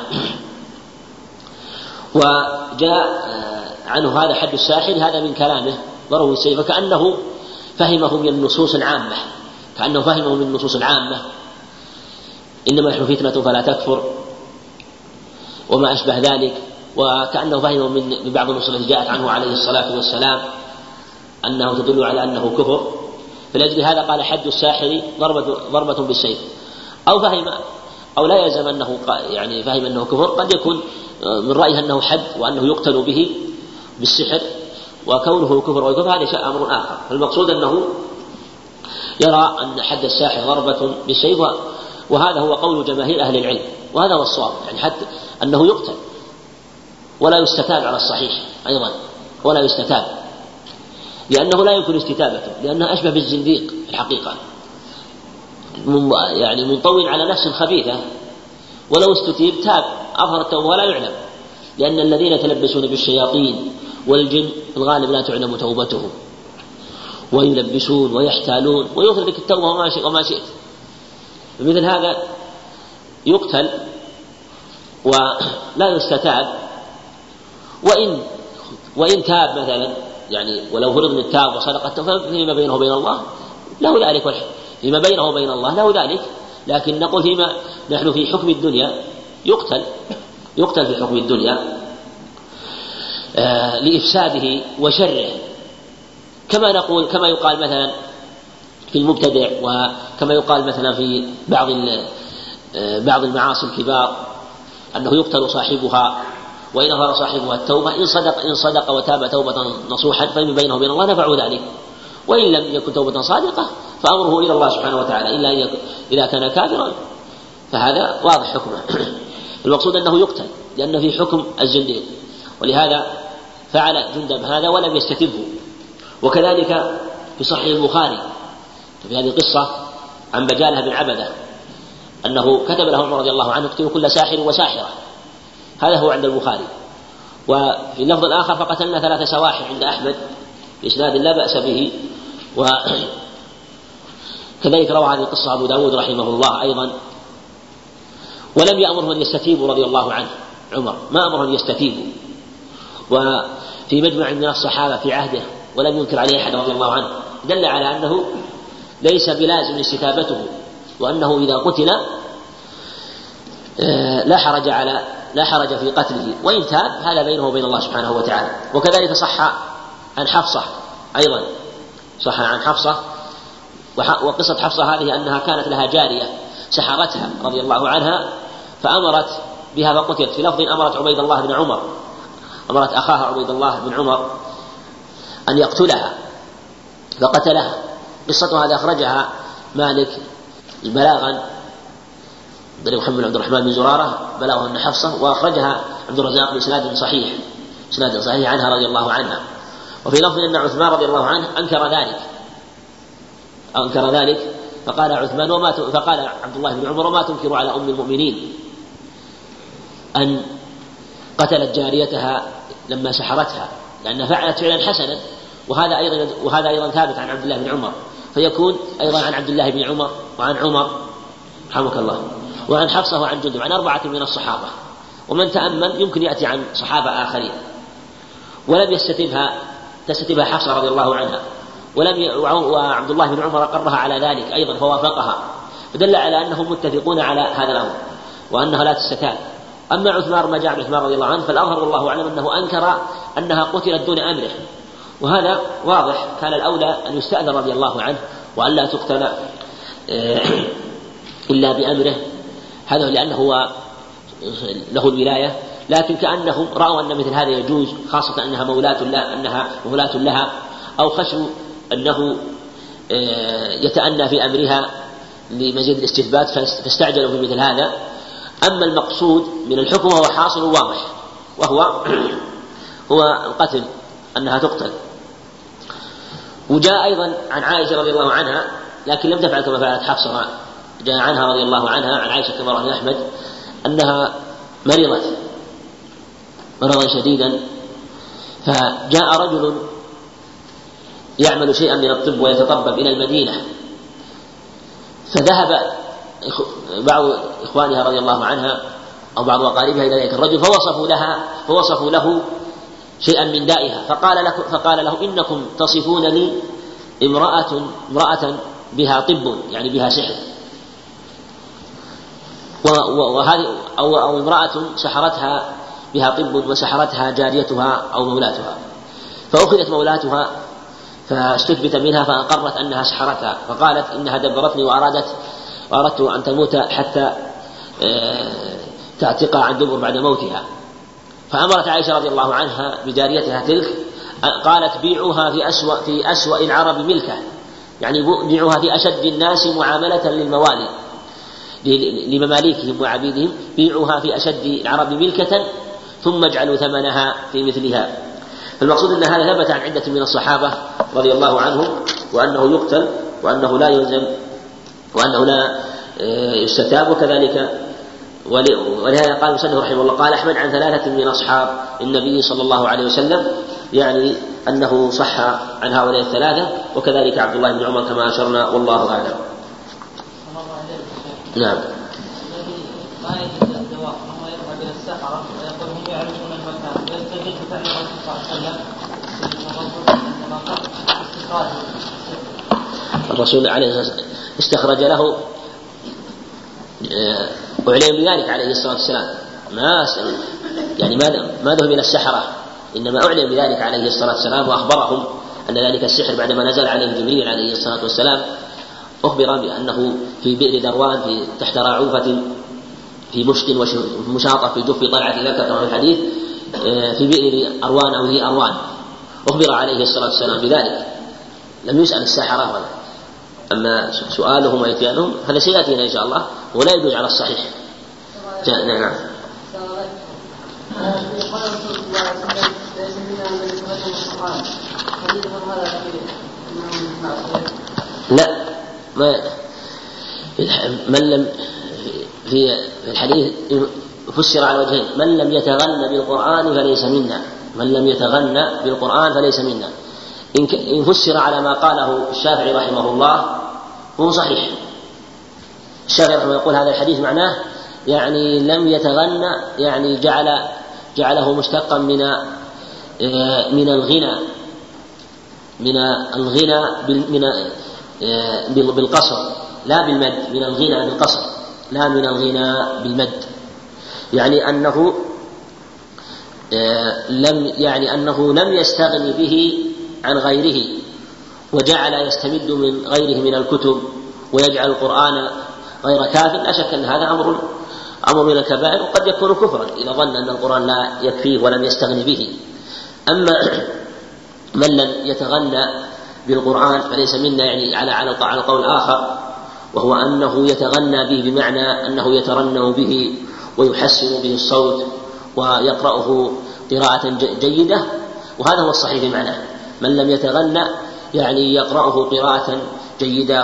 وجاء عنه هذا حد الساحر، هذا من كلامه ضربه السيف، فكأنه فهمه من النصوص العامة، كأنه فهمه من النصوص العامة: إنما نحن فتنة فلا تكفر وما أشبه ذلك. وكأنه فهمه من بعض النصوص التي جاءت عنه عليه الصلاة والسلام أنه تدل على أنه كفر، فلأجل هذا قال: حد الساحر ضربة, ضربة بالسيف. أو فهم أو لا يلزم أنه يعني فهم أنه كفر، قد يكون من رأيه أنه حد وأنه يقتل به بالسحر، وكونه كفر والكفر هذا أمر آخر. فالمقصود أنه يرى أن حد الساحر ضربة بالسيف، وهذا هو قول جماهير أهل العلم، وهذا هو الصواب، يعني حتى أنه يقتل ولا يستتاب على الصحيح أيضا، ولا يستتاب، لأنه لا يمكن استتابته، لأنه أشبه بالزنديق في الحقيقة، يعني منطوي على نفس خبيثة، ولو استتيب تاب أظهر التوبة ولا يعلم، لأن الذين يتلبسون بالشياطين والجن في الغالب لا تعلم توبتهم، ويلبسون ويحتالون ويترك التوبة وما شئت. مثل هذا يقتل ولا يستتاب، وإن وإن تاب مثلا، يعني ولو فرض من التاب وصدق التوبة فيما بينه وبين الله له ذلك، فيما بينه وبين الله له ذلك، لكن نقول فيما نحن في حكم الدنيا يقتل يقتل في حكم الدنيا آه لإفساده وشره، كما نقول كما يقال مثلا في المبتدع، وكما يقال مثلا في بعض بعض المعاصي الكبار أنه يقتل صاحبها وإن أظهر صاحبها التوبة، إن صدق إن صدق وتاب توبة نصوحا فيما بينه وبين الله نفع ذلك، وإن لم يكن توبة صادقة فأمره إلى الله سبحانه وتعالى، إلا إذا كان كافرا فهذا واضح حكمه. المقصود أنه يقتل لأن في حكم الزنديق، ولهذا فعل جندب هذا ولم يستتبه. وكذلك في صحيح البخاري في هذه القصة عن بجالة بن عبدة أنه كتب له عمر رضي الله عنه اقتلوا كل ساحر وساحرة، هذا هو عند البخاري. وفي اللفظ الآخر فقتلنا ثلاث سواحر عند أحمد بإسناد لا بأس به. وكذلك روى هذه القصة أبو داود رحمه الله أيضا. ولم يأمره أن يستتيبوا رضي الله عنه، عمر ما أمره أن يستتيبوا، وفي مجمع من الصحابة في عهده ولم ينكر عليه أحد رضي الله عنه، دل على أنه ليس بلازم استتابته، وأنه إذا قتل لا حرج على لا حرج في قتله، وإن تاب هذا بينه وبين الله سبحانه وتعالى. وكذلك صح عن حفصة أيضا، صح عن حفصة، وقصة حفصة هذه أنها كانت لها جارية سحرتها رضي الله عنها فأمرت بها فقتلت. في لفظ أمرت عبيد الله بن عمر، أمرت أخاها عبيد الله بن عمر أن يقتلها فقتلها. قصة هذا أخرجها مالك بلاغا طريق محمد بن عبد الرحمن بن زرارة بلاغه أن حفصة، وأخرجها عبد الرزاق بإسناد صحيح إسناد صحيح عنها رضي الله عنها. وفي لفظ أن عثمان رضي الله عنه أنكر ذلك أنكر ذلك فقال عثمان وما فقال عبد الله بن عمر وما تنكر على أم المؤمنين أن قتلت جاريتها لما سحرتها، لأنها فعلت فعلا حسنا. وهذا أيضا وهذا أيضا ثابت عن عبد الله بن عمر، فيكون أيضا عن عبد الله بن عمر وعن عمر رحمك الله وعن حفصة وعن جندب، عن أربعة من الصحابة. ومن تأمل يمكن يأتي عن صحابة آخرين. ولم يستتبها تستتبها حفصة رضي الله عنها، ولم ي... وعبد الله بن عمر أقرها على ذلك أيضا فوافقها، فدل على أنهم متفقون على هذا الأمر وأنها لا تستتاب. أما عثمان ما جاء عن عثمان رضي الله عنه فالأظهر والله أعلم أنه أنكر أنها قتلت دون أمره، وهذا واضح. كان الأولى أن يستأذن رضي الله عنه وأن لا تقتل إلا بأمره، هذا لأنه هو له الولاية. لكن كأنهم رأوا أن مثل هذا يجوز، خاصة أنها مولاة لها أنها مولاة لها أو خشوا أنه يتأنى في أمرها لمزيد الاستثبات فاستعجلوا في مثل هذا. أما المقصود من الحكم هو حاصل واضح، وهو هو القتل، أنها تقتل. وجاء أيضا عن عائشة رضي الله عنها، لكن لم تفعل كما فعلت حفصة، جاء عنها رضي الله عنها عن عائشة كما رواه أحمد أنها مرضت مرضا شديدا، فجاء رجل يعمل شيئا من الطب ويتطبب إلى المدينة، فذهب بعض إخوانها رضي الله عنها أو بعض أقاربها إلى ذلك الرجل فوصفوا لها فوصفوا له شيئا من دائها، فقال له فقال له إنكم تصفون لي امرأة امرأة بها طب، يعني بها سحر، وهذه أو, أو امرأة سحرتها بها طب وسحرتها جاريتها أو مولاتها، فأخذت مولاتها فاستثبت منها فأقرت أنها سحرتها، فقالت إنها دبرتني وأرادت وأردت أن تموت حتى تعتق عن دبر بعد موتها. فأمرت عائشة رضي الله عنها بجاريتها تلك، قالت بيعوها في أسوأ في أسوأ العرب ملكة، يعني بيعوها في أشد الناس معاملة للموالي لمماليكهم وعبيدهم، بيعوها في أشد العرب ملكة ثم اجعلوا ثمنها في مثلها. فالمقصود أن هذا ثبت عن عدة من الصحابة رضي الله عنهم وأنه يقتل وأنه لا يلزم وأنه لا يستتاب. وكذلك ولهذا قال المصنف رحمه الله قال أحمد عن ثلاثة من أصحاب النبي صلى الله عليه وسلم، يعني أنه صح عن هؤلاء الثلاثة، وكذلك عبد الله بن عمر كما أشرنا والله أعلم. نعم. ما يجوز الدواء وهو يذهب إلى السحرة ويقول هم يعرفون المكان ويستدل بفعل الرسول صلى الله عليه وسلم عندما قال استخراج الرسول عليه الصلاة والسلام استخرج له أعلم بذلك عليه الصلاة والسلام، ما يعني ما ما ذهب إلى السحرة، إنما أعلم بذلك عليه الصلاة والسلام وأخبرهم أن ذلك السحر بعدما نزل عليه جبريل عليه الصلاة والسلام أخبر بأنه في بئر ذروان في تحت راعوفة في مشط ومشاطة في جف طلعة ذكر في الحديث في بئر أروان أو هي أروان، أخبر عليه الصلاة والسلام بذلك، لم يسأل السحرة ولا أما سؤالهم وإتيانهم هذا سيأتينا إن شاء الله ولا يدل على الصحيح. نعم. لا ما من لم في الحديث فسر على وجهين: من لم يتغنى بالقرآن فليس منا، من لم يتغنى بالقرآن فليس منا. إن فسر على ما قاله الشافعي رحمه الله هو صحيح. الشافعي رحمه الله يقول هذا الحديث معناه يعني لم يتغنى، يعني جعل جعله مشتقا من من الغنى من الغنى من بالقصر لا بالمد، من الغنى بالقصر لا من الغنى بالمد، يعني أنه لم يعني أنه لم يستغني به عن غيره وجعل يستمد من غيره من الكتب ويجعل القرآن غير كاف. لا شك أن هذا أمر أمر من الكبائر، وقد يكون كفرا إذا ظن أن القرآن لا يكفيه ولم يستغني به. أما من لم يتغنى بالقرآن فليس منا، يعني على على القول الآخر، وهو أنه يتغنى به بمعنى أنه يترنم به ويحسن به الصوت ويقرأه قراءة جيدة، وهذا هو الصحيح في معناه. من لم يتغنى يعني يقرأه قراءة جيدة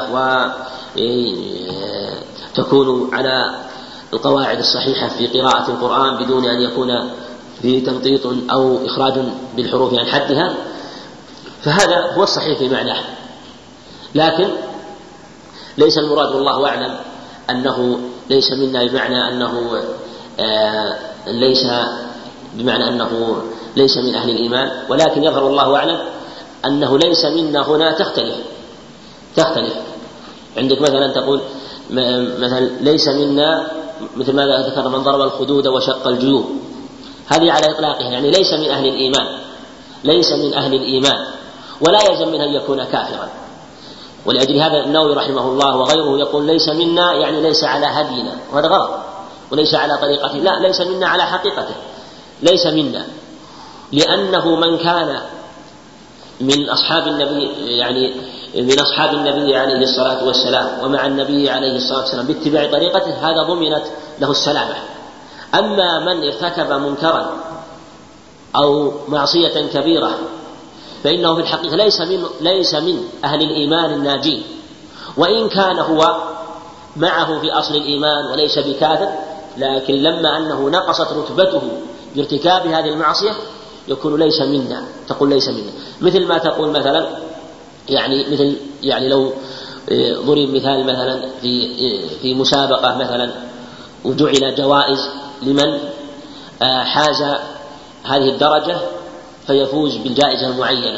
وتكون على القواعد الصحيحة في قراءة القرآن بدون أن يكون فيه تمطيط أو إخراج بالحروف عن حدها، فهذا هو الصحيح في معناه. لكن ليس المراد والله أعلم أنه ليس منا بمعنى أنه آه ليس بمعنى أنه ليس من أهل الإيمان، ولكن يظهر والله أعلم أنه ليس منا هنا تختلف تختلف عندك مثلا تقول مثلا ليس منا مثل ما ذكر من ضرب الخدود وشق الجيوب، هذه على إطلاقها، يعني ليس من أهل الإيمان، ليس من أهل الإيمان، ولا يلزم منه أن يكون كافرا. ولأجل هذا النووي رحمه الله وغيره يقول ليس منا يعني ليس على هدينا، وهذا غلط، وليس على طريقته، لا، ليس منا على حقيقته، ليس منا، لأنه من كان من أصحاب النبي يعني من أصحاب النبي عليه الصلاة والسلام ومع النبي عليه الصلاة والسلام باتباع طريقته هذا ضمنت له السلامة. أما من ارتكب منكرا أو معصية كبيرة فإنه في الحقيقة ليس من ليس من أهل الإيمان الناجين، وإن كان هو معه في أصل الإيمان وليس بكافر، لكن لما أنه نقصت رتبته بارتكاب هذه المعصية يكون ليس منا، تقول ليس منا. مثل ما تقول مثلا يعني مثل يعني لو ضرب مثال مثلا في في مسابقة مثلا وجعل جوائز لمن حاز هذه الدرجة فيفوز بالجائزة المعينة،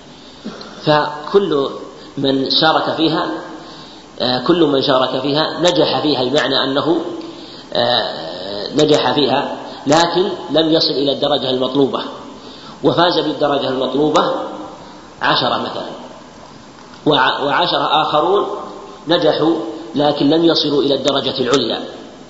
فكل من شارك فيها كل من شارك فيها نجح فيها، بمعنى أنه نجح فيها لكن لم يصل إلى الدرجة المطلوبة، وفاز بالدرجة المطلوبة عشرة مثلا، وعشرة آخرون نجحوا لكن لم يصلوا إلى الدرجة العليا،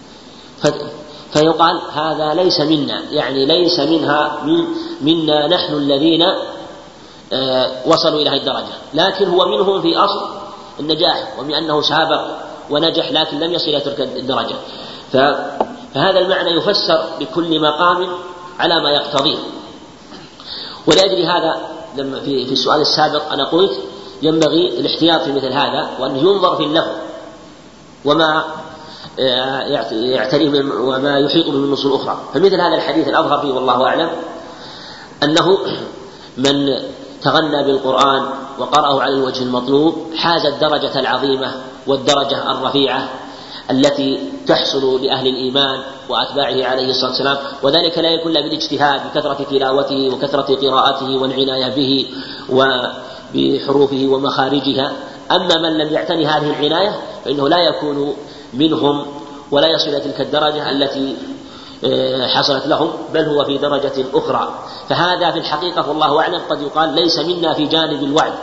فيقال هذا ليس منا، يعني ليس منها من منا نحن الذين وصلوا إلى هذه الدرجة، لكن هو منهم في أصل النجاح، ومن أنه سابق ونجح لكن لم يصل إلى تلك الدرجة. فهذا المعنى يفسر بكل مقام على ما يقتضيه. ولأجل هذا لما في السؤال السابق أنا قلت ينبغي الاحتياط في مثل هذا، وأن ينظر في اللفظ وما يعتريه وما يحيط به من النصوص الأخرى. فمثل هذا الحديث الأظهر فيه والله أعلم أنه من تغنى بالقرآن وقرأه على الوجه المطلوب حاز الدرجة العظيمة والدرجة الرفيعة التي تحصل لأهل الإيمان وأتباعه عليه الصلاة والسلام، وذلك لا يكون إلا بالاجتهاد بكثرة تلاوته وكثرة قراءته والعناية به وبحروفه ومخارجها. أما من لم يعتني هذه العناية فإنه لا يكون منهم ولا يصل إلى تلك الدرجة التي حصلت لهم، بل هو في درجة أخرى. فهذا في الحقيقة والله أعلم قد يقال ليس منا في جانب الوعد،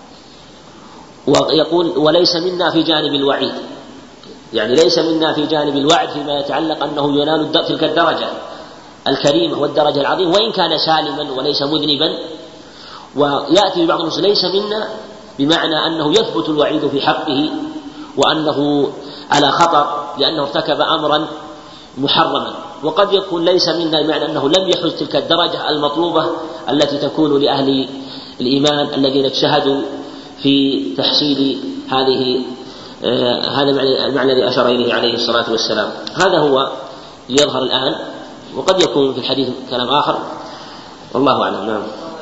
ويقول وليس منا في جانب الوعيد، يعني ليس منا في جانب الوعد فيما يتعلق أنه ينال تلك الدرجة الكريمة والدرجة العظيمة وإن كان سالما وليس مذنبا. ويأتي بعض النصوص ليس منا بمعنى أنه يثبت الوعيد في حقه وأنه على خطر لأنه ارتكب أمرا محرما. وقد يكون ليس منا بمعنى أنه لم يحرز تلك الدرجة المطلوبة التي تكون لأهل الإيمان الذين اجتهدوا في تحصيل هذه آه هذا المعنى الذي أشار إليه عليه الصلاة والسلام. هذا هو يظهر الآن، وقد يكون في الحديث كلام آخر والله أعلم. نعم.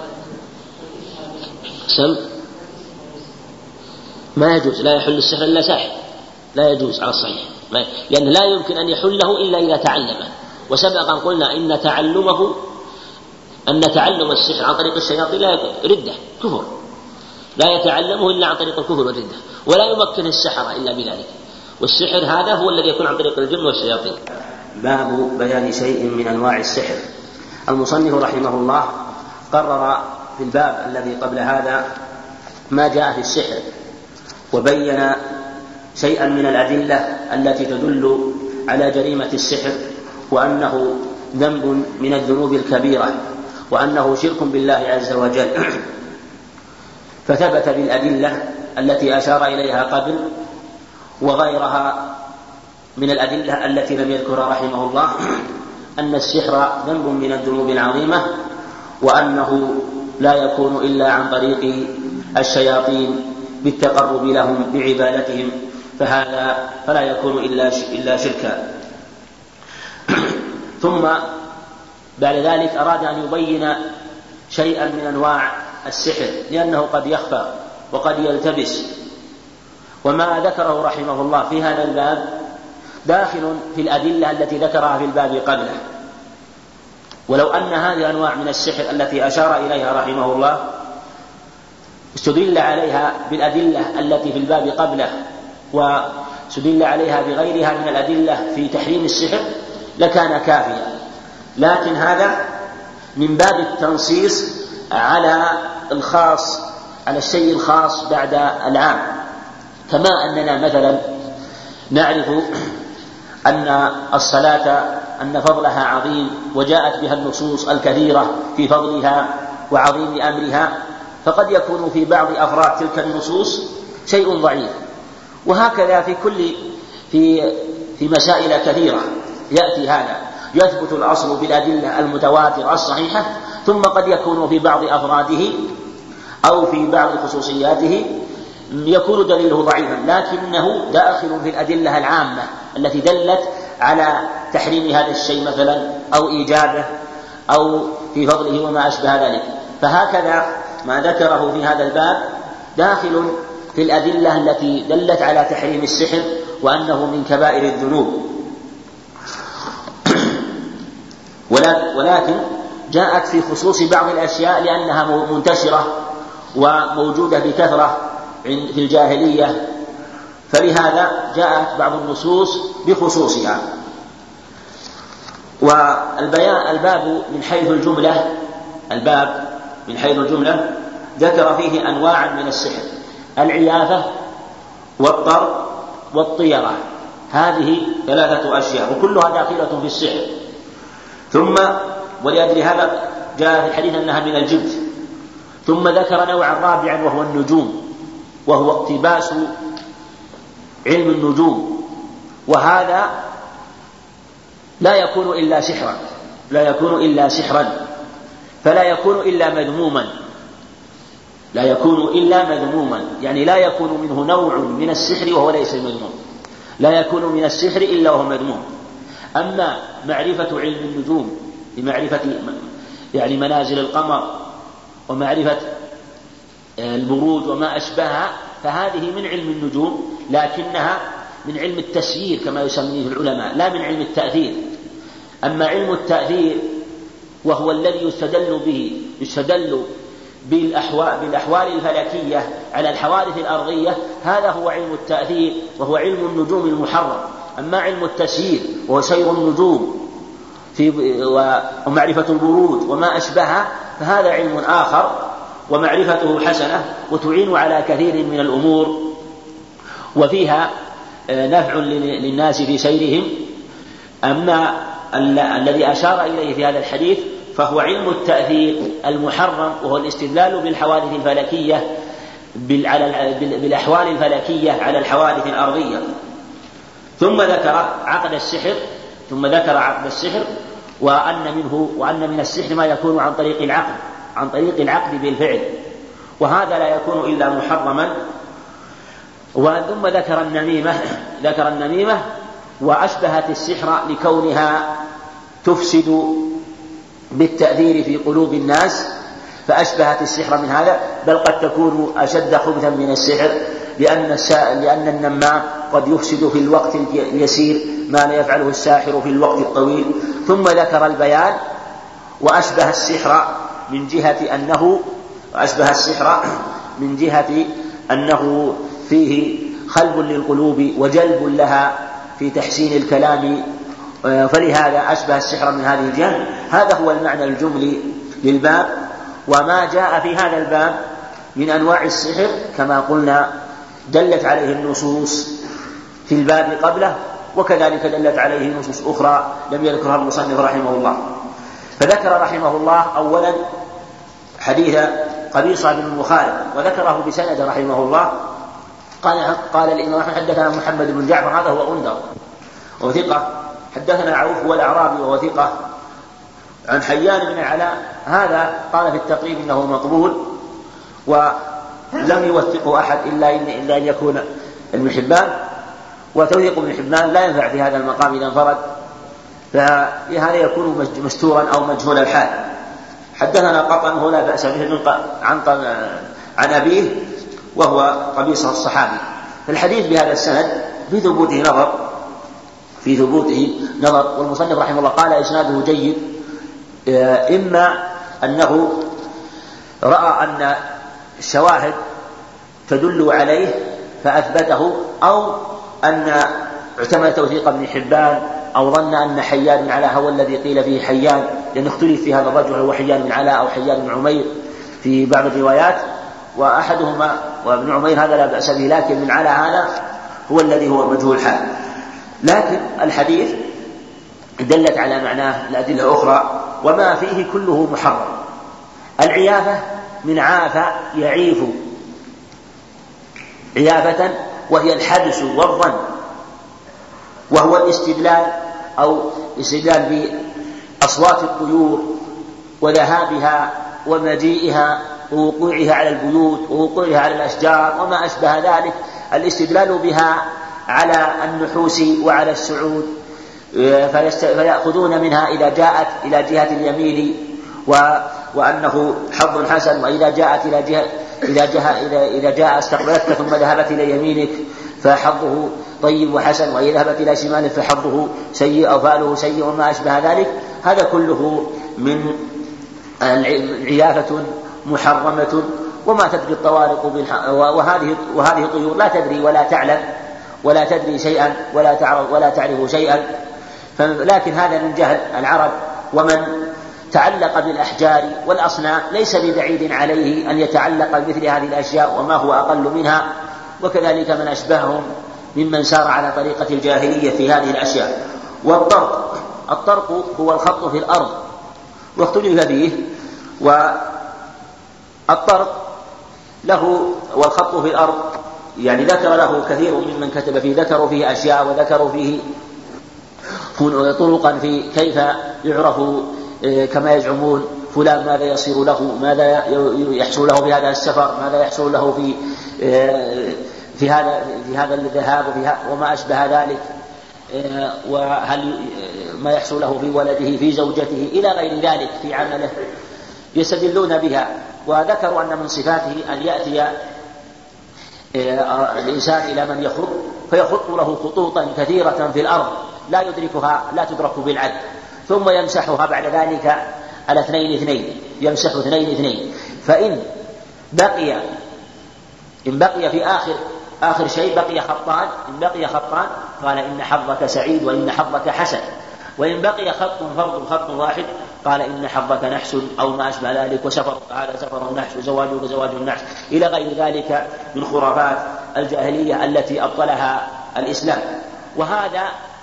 سم ما يجوز، لا يحل السحر إلا ساحر، لا يجوز على الصحيح، لأنه لا يمكن أن يحله إلا إذا تعلمه. وسبق أن قلنا إن تعلمه أن تعلم السحر عن طريق الشياطين لا ردة كفر، لا يتعلمه إلا عن طريق الكفر والردة، ولا يمكن السحرة إلا بذلك. والسحر هذا هو الذي يكون عن طريق الجن والشياطين. باب بيان شيء من أنواع السحر. المصنف رحمه الله قرر في الباب الذي قبل هذا ما جاء في السحر، وبين شيئا من الأدلة التي تدل على جريمة السحر، وأنه ذنب من الذنوب الكبيرة، وأنه شرك بالله عز وجل. فثبت بالأدلة التي أشار إليها قبل وغيرها من الأدلة التي لم يذكرها رحمه الله أن السحر ذنب من الذنوب العظيمة، وأنه لا يكون إلا عن طريق الشياطين بالتقرب لهم بعبادتهم، فهذا فلا يكون إلا إلا شركا. ثم بعد ذلك أراد أن يبين شيئا من أنواع السحر، لأنه قد يخفى وقد يلتبس، وما ذكره رحمه الله في هذا الباب داخل في الأدلة التي ذكرها في الباب قبله. ولو أن هذه الأنواع من السحر التي أشار إليها رحمه الله استدل عليها بالأدلة التي في الباب قبله واستدل عليها بغيرها من الأدلة في تحريم السحر لكان كافيا، لكن هذا من باب التنصيص على الخاص، على الشيء الخاص بعد العام. كما أننا مثلا نعرف أن الصلاة أن فضلها عظيم وجاءت بها النصوص الكثيرة في فضلها وعظيم أمرها، فقد يكون في بعض أفراد تلك النصوص شيء ضعيف، وهكذا في كل في في مسائل كثيرة يأتي هذا، يثبت الأصل بالأدلة المتواترة الصحيحة، ثم قد يكون في بعض أفراده أو في بعض خصوصياته يكون دليله ضعيفا، لكنه داخل في الأدلة العامة التي دلت على تحريم هذا الشيء مثلا أو إيجابه أو في فضله وما أشبه ذلك. فهكذا ما ذكره في هذا الباب داخل في الأدلة التي دلت على تحريم السحر وأنه من كبائر الذنوب، ولكن جاءت في خصوص بعض الأشياء لأنها منتشرة وموجودة بكثرة في الجاهلية، فلهذا جاءت بعض النصوص بخصوصها. والبيان الباب من حيث الجملة الباب من حيث الجملة ذكر فيه أنواعا من السحر: العيافة والطرد والطيرة، هذه ثلاثة أشياء وكلها داخلة في السحر. ثم ولأجل هذا جاء في الحديث أنها من الجبت. ثم ذكر نوعا رابعا وهو النجوم، وهو اقتباس علم النجوم، وهذا لا يكون إلا سحرا لا يكون إلا سحرا فلا يكون إلا مذموما لا يكون إلا مذموما يعني لا يكون منه نوع من السحر وهو ليس مذموم، لا يكون من السحر إلا وهو مذموم. أما معرفة علم النجوم بمعرفة يعني منازل القمر ومعرفة البروج وما أشبهها فهذه من علم النجوم، لكنها من علم التسيير كما يسميه العلماء، لا من علم التأثير. أما علم التأثير وهو الذي يستدل به يستدل بالأحوال, بالأحوال الفلكية على الحوادث الأرضية، هذا هو علم التأثير وهو علم النجوم المحرم. أما علم التسيير وهو سير النجوم في ومعرفة البروج وما أشبهها فهذا علم آخر، ومعرفته حسنة وتعين على كثير من الأمور وفيها نفع للناس في سيرهم. أما الذي أشار إليه في هذا الحديث فهو علم التأثير المحرم، وهو الاستدلال بالحوادث الفلكية بالأحوال الفلكية على الحوادث الأرضية. ثم ذكر عقد السحر ثم ذكر عقد السحر وأن منه وأن من السحر ما يكون عن طريق العقد عن طريق العقد بالفعل، وهذا لا يكون إلا محرما. ثم ذكر النميمة ذكر النميمة وأشبهت السحر لكونها تفسد بالتأثير في قلوب الناس، فأشبهت السحر من هذا، بل قد تكون أشد خبثا من السحر، لأن لأن النمام قد يفسد في الوقت اليسير ما لا يفعله الساحر في الوقت الطويل. ثم ذكر البيان وأشبه السحر من جهة أنه وأشبه السحر من جهة أنه فيه خلب للقلوب وجلب لها في تحسين الكلام، فلهذا أشبه السحر من هذه الجهة. هذا هو المعنى الجملي للباب. وما جاء في هذا الباب من أنواع السحر كما قلنا دلت عليه النصوص في الباب قبله، وكذلك دلت عليه نصوص أخرى لم يذكرها المصنف رحمه الله. فذكر رحمه الله أولا حديث قبيصة بن المخالف وذكره بسند رحمه الله. قال قال الإمام حدثنا محمد بن جعفر هذا هو غندر وثقة، حدثنا عوف والأعرابي وثقة عن حيان بن العلاء، هذا قال في التقريب إنه مقبول ولم يوثقه أحد إلا إن, إلا أن يكون ابن حبان، وتوثيق ابن حبان لا ينفع في هذا المقام إذا انفرد، فهذا يكون مستورا أو مجهول الحال. حدثنا قطن هو لا بأس به عن عن أبيه وهو قبيصة الصحابي. الحديث بهذا السند في ثبوته نظر في ثبوته نظر والمصنف رحمه الله قال إسناده جيد، إما أنه رأى أن الشواهد تدل عليه فأثبته، أو أن اعتمد توثيق ابن حبان، أو ظن أن حيان بن علاء هو الذي قيل فيه حيان، لأن اختلف في هذا الرجل هو حيان بن علاء أو حيان بن عمير في بعض الروايات، وأحدهما وابن عمير هذا لا بأس به، لكن بن علاء هذا هو الذي هو مجهول الحال. لكن الحديث دلت على معناه الأدلة أخرى، وما فيه كله محرم. العيافة من عاف يعيف عيافة، وهي الحدس والظن، وهو الاستدلال أو استدلال بأصوات الطيور وذهابها ومجيئها ووقوعها على البيوت ووقوعها على الأشجار وما أشبه ذلك، الاستدلال بها على النحوس وعلى السعود، فيأخذون منها إذا جاءت إلى جهة اليمين وأنه حظ حسن، وإذا جاءت إلى جهة إذا جاء إذا جاء استقبلتك ثم ذهبت إلى يمينك فحظه طيب وحسن، وإذا ذهبت إلى شمالك فحظه سيء أو فعله سيء وما أشبه ذلك. هذا كله من عيافة محرمة، وما تدري الطوارق وهذه وهذه طيور لا تدري ولا تعلم ولا تدري شيئا ولا تعرف ولا تعرف شيئا، لكن هذا من جهل العرب. ومن تعلق بالأحجار والأصنام ليس ببعيد عليه أن يتعلق بمثل هذه الأشياء وما هو أقل منها، وكذلك من أشبههم ممن سار على طريقة الجاهلية في هذه الأشياء. والطرق الطرق هو الخط في الأرض واختلف فيه، والطرق له والخط في الأرض يعني ذكر له كثير ممن كتب فيه، ذكروا فيه أشياء وذكروا فيه طرقا في كيف يعرف كما يزعمون فلان ماذا يصير له، ماذا يحصل له في هذا السفر، ماذا يحصل له في في هذا في هذا الذهاب وما أشبه ذلك، وهل ما يحصل له في ولده في زوجته إلى غير ذلك في عمله، يستدلون بها. وذكروا أن من صفاته أن يأتي الإنسان إلى من يخط فيخط له خطوطا كثيرة في الأرض لا يدركها لا تدرك بالعد، ثم يمسحها بعد ذلك على اثنين اثنين يمسح اثنين اثنين، فإن بقي إن بقي في آخر آخر شيء بقي خطان، إن بقي خطان قال إن حظك سعيد وإن حظك حسن، وإن بقي خط فرض خط واحد قال إن حظك نحس أو ما أشبه ذلك، وسفر هذا سفر النحس وزواجك زواج النحس، إلى غير ذلك من خرافات الجاهلية التي أبطلها الإسلام. وهذا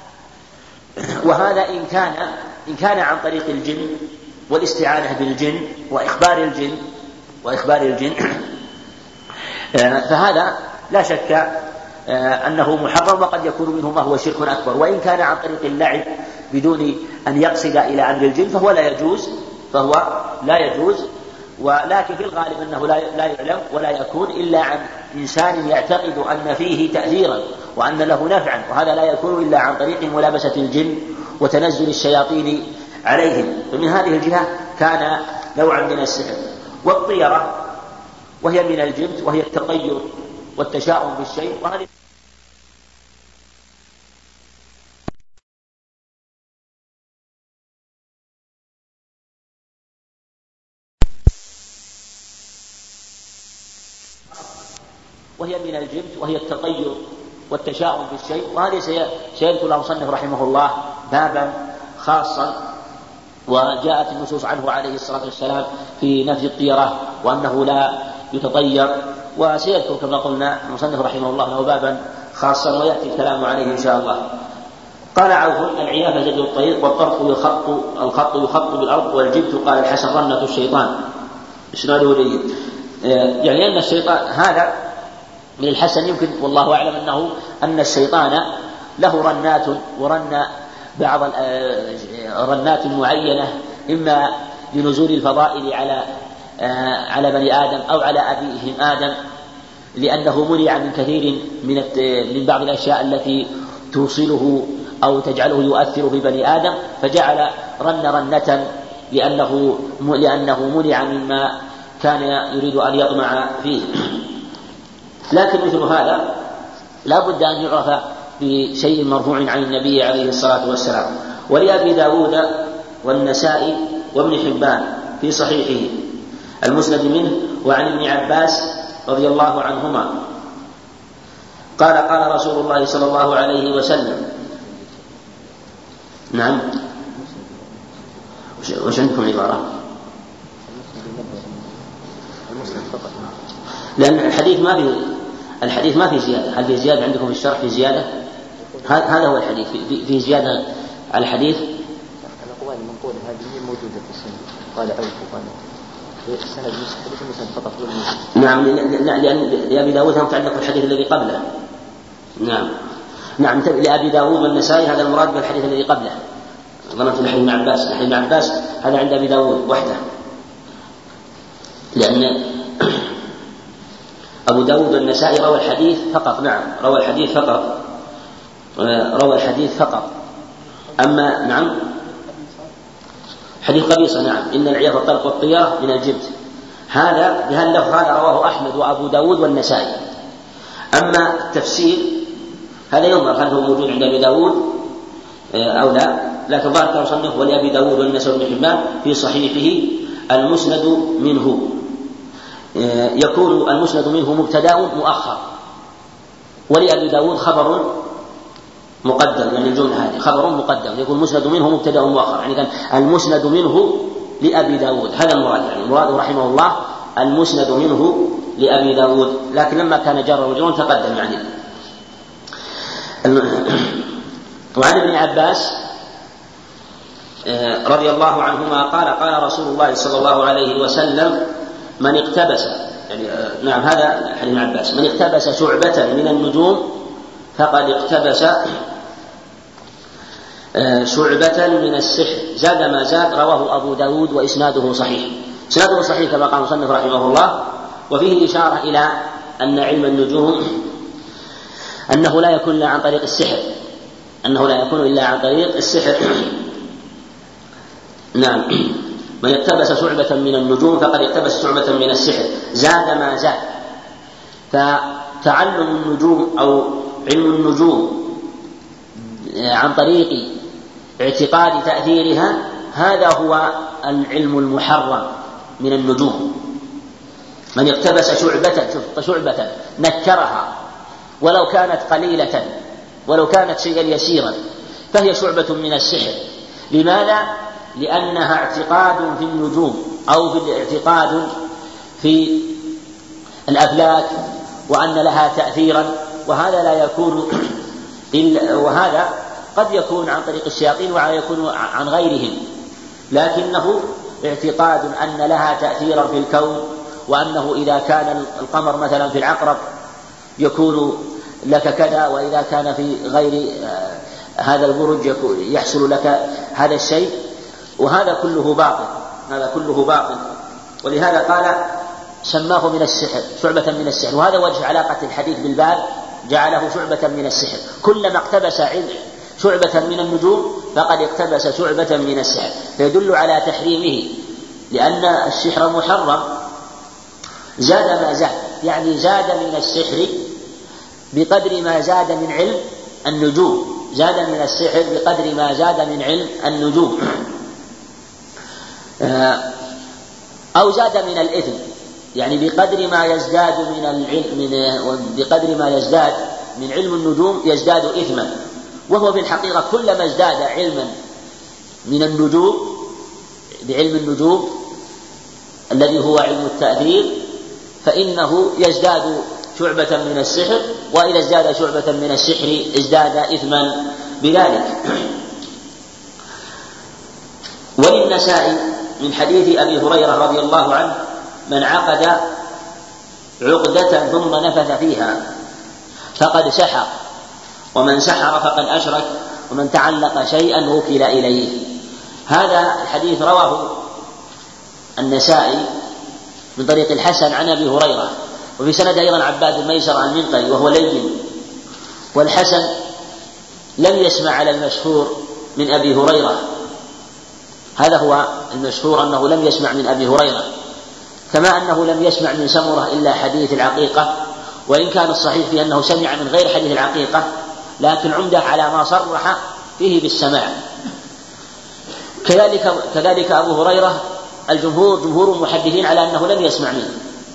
وهذا إن كان إن كان عن طريق الجن والاستعانة بالجن وإخبار الجن وإخبار الجن فهذا لا شك أنه محرم، وقد يكون منه ما هو شرك أكبر. وإن كان عن طريق اللعب بدون أن يقصد إلى أمر الجن فهو لا يجوز فهو لا يجوز ولكن في الغالب أنه لا يعلم ولا يكون إلا عن إنسان يعتقد أن فيه تأثيرا وأن له نفعا، وهذا لا يكون إلا عن طريق ملابسة الجن وتنزل الشياطين عليهم. فمن هذه الجهة كان نوعا من السحر. والطيرة وهي من الجبت وهي التطير والتشاؤم بالشيء، وهذه وهي من الجبت وهي التطير والتشاؤم بالشيء، وهذه سيذكر له مصنف رحمه الله بابا خاصا، وجاءت النصوص عنه عليه الصلاة والسلام في نفي الطيرة وأنه لا يتطير، وسيذكر كما قلنا المصنف رحمه الله له بابا خاصا ويأتي الكلام عليه إن شاء الله. قال عوف: العيافة زج الطير، والطرق يخط الخط يخط بالأرض، والجبت قال الحسن رنة الشيطان. إسناده جيد، يعني أن الشيطان هذا من الحسن، يمكن والله أعلم أنه أن الشيطان له رنات، ورن بعض رنات معينة إما لنزول الفضائل على على بني آدم أو على أبيهم آدم، لأنه منع من كثير من من بعض الأشياء التي توصله أو تجعله يؤثر في بني آدم، فجعل رن رنة لأنه لأنه منع مما كان يريد أن يطمع فيه. لكن مثل هذا لا بد أن يعرف بشيء مرفوع عن النبي عليه الصلاة والسلام. ولأبي داود والنسائي وابن حبان في صحيحه المسند منه وعن ابن عباس رضي الله عنهما قال: قال رسول الله صلى الله عليه وسلم. نعم، وش عندكم عبارة؟ لأن الحديث ما في الحديث ما في زيادة. هل في زيادة عندكم في الشرح؟ في زيادة؟ هذا هو الحديث، في زيادة على الحديث. الأقوال المنقولة هذه موجودة في السنة. قال عوف قال السند حديث المسند فقط. نعم، لأن لأبي داود متعلق بالحديث الذي قبله. نعم نعم لأبي داود والنسائي هذا المراد بالحديث الذي قبله. ظننت الحديث ابن عباس. الحديث ابن عباس هذا عند أبي داود وحده، لأن أبو داود والنسائي روى الحديث فقط. نعم روى الحديث فقط روى الحديث فقط أما نعم حديث قبيصة. نعم إن العياف الطلق والطيرة من الجبت، هذا بهاللفظ هذا رواه أحمد وأبو داود والنسائي. أما التفسير هذا ينظر هل هو موجود عند أبي داود أو لا، لكن ظاهر كما صنف ولأبي داود والنسائي بن حبان في صحيحه المسند منه. يكون المسند منه مبتدأ مؤخر، ولأبي داود خبر مقدم، يعني الجملة هذه خبر مقدم، يكون المسند منه مبتدأ مؤخر، يعني كان المسند منه لأبي داود، هذا المراد، يعني المراد رحمه الله المسند منه لأبي داود، لكن لما كان جار ومجرور تقدم يعني. وعن ابن عباس رضي الله عنهما قال: قال رسول الله صلى الله عليه وسلم: من اقتبس، يعني نعم هذا حديث ابن عباس، من اقتبس شعبة من النجوم فقد اقتبس شعبة من السحر، زاد ما زاد. رواه أبو داود وإسناده صحيح. إسناده صحيح كما قال المصنف رحمه الله، وفيه إشارة إلى أن علم النجوم أنه لا يكون إلا عن طريق السحر، أنه لا يكون إلا عن طريق السحر. نعم، من اقتبس شعبة من النجوم فقد اقتبس شعبة من السحر، زاد ما زاد. فتعلم النجوم أو علم النجوم عن طريق اعتقاد تأثيرها هذا هو العلم المحرم من النجوم. من اقتبس شعبة شعبة نكرها ولو كانت قليلة ولو كانت شيئا يسيرا فهي شعبة من السحر. لماذا؟ لأنها اعتقاد في النجوم أو في الاعتقاد في الأفلاك وأن لها تأثيرا، وهذا لا يكون إلا وهذا قد يكون عن طريق الشياطين وقد يكون عن غيرهم، لكنه اعتقاد أن لها تأثيرا في الكون وأنه إذا كان القمر مثلا في العقرب يكون لك كذا، وإذا كان في غير هذا البرج يحصل لك هذا الشيء، وهذا كله باطل، هذا كله باطل. ولهذا قال سماه من السحر، شعبة من السحر. وهذا وجه علاقة الحديث بالباب، جعله شعبة من السحر. كلما اقتبس علم شعبة من النجوم فقد اقتبس شعبة من السحر، فيدل على تحريمه، لأن السحر محرم. زاد ما زاد، يعني زاد من السحر بقدر ما زاد من علم النجوم، زاد من السحر بقدر ما زاد من علم النجوم، أو زاد من الإثم، يعني بقدر ما يزداد من العلم من بقدر ما يزداد من علم النجوم يزداد إثما. وهو في الحقيقة كلما ازداد علما من النجوم بعلم النجوم الذي هو علم التأثير فإنه يزداد شعبة من السحر، وإذا ازداد شعبة من السحر ازداد إثما بذلك. وللنسائي من حديث أبي هريرة رضي الله عنه: من عقد عقدة ثم نفث فيها فقد سحر، ومن سحر فقد أشرك، ومن تعلق شيئا وكل إليه. هذا الحديث رواه النسائي من طريق الحسن عن أبي هريرة، وفي سند أيضا عباد الميسر المنقري وهو لين. والحسن لم يسمع على المشهور من أبي هريرة، هذا هو المشهور أنه لم يسمع من أبي هريرة، كما أنه لم يسمع من سمرة إلا حديث العقيقة، وإن كان الصحيح في أنه سمع من غير حديث العقيقة، لكن عمده على ما صرح فيه بالسماع. كذلك كذلك أبو هريرة الجمهور جمهور المحدثين على أنه لم يسمع منه.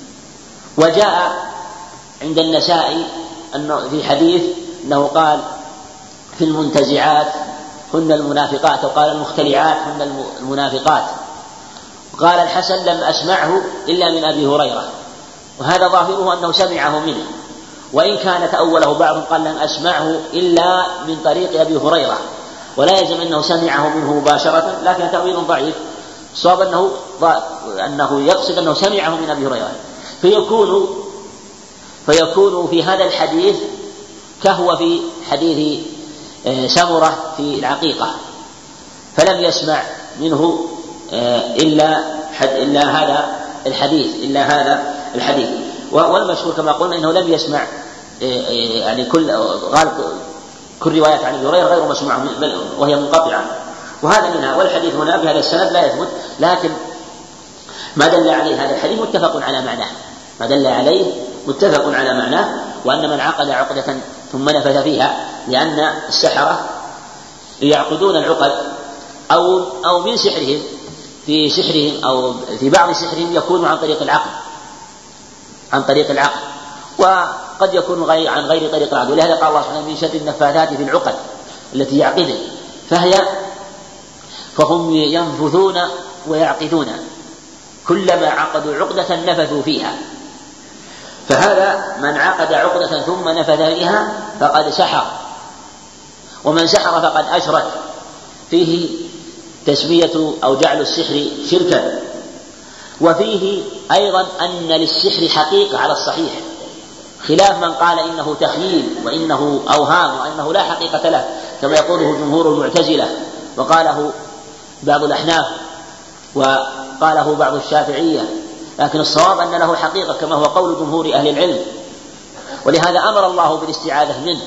وجاء عند النسائي أنه في حديث أنه قال في المنتزعات هن المنافقات، وقال المختلعات هن المنافقات. قال الحسن لم أسمعه إلا من أبي هريرة، وهذا ظاهره أنه سمعه منه، وإن كان تأوله بعضهم قال لم أسمعه إلا من طريق أبي هريرة، ولا يلزم أنه سمعه منه مباشرة، لكن تأويل ضعيف. الصواب أنه أنه يقصد أنه سمعه من أبي هريرة، فيكون فيكون في هذا الحديث كهو في حديث سمرة في العقيقة، فلم يسمع منه إلا إلا هذا الحديث إلا هذا الحديث. والمشهور كما قلنا أنه لم يسمع، يعني كل غالب كل روايات عن أبي هريرة غير مسموعة وهي منقطعة، وهذا منها. والحديث هنا بهذا السند لا يثبت، لكن ما دل عليه هذا الحديث متفق على معناه، ما دل عليه متفق على معناه، وأن من عقد عقدة ثم نفث فيها، لأن السحرة يعقدون العقد أو أو من سحرهم، في سحرهم أو في بعض سحرهم يكون عن طريق العقد عن طريق العقد وقد يكون غير عن غير طريق العقد. ولهذا قال الله سبحانه: من شر النفاثات في العقد التي يعقدن، فهي فهم ينفثون ويعقدون، كلما عقدوا عقدة نفثوا فيها. فهذا من عقد عقدة ثم نفث فيها فقد سحر، ومن سحر فقد أشرك. فيه تسمية أو جعل السحر شركا. وفيه أيضا أن للسحر حقيقة على الصحيح، خلاف من قال إنه تخييل وإنه أوهام وأنه لا حقيقة له، كما يقوله جمهور المعتزلة، وقاله بعض الأحناف، وقاله بعض الشافعية. لكن الصواب أن له حقيقة كما هو قول جمهور أهل العلم، ولهذا أمر الله بالاستعاذة منه،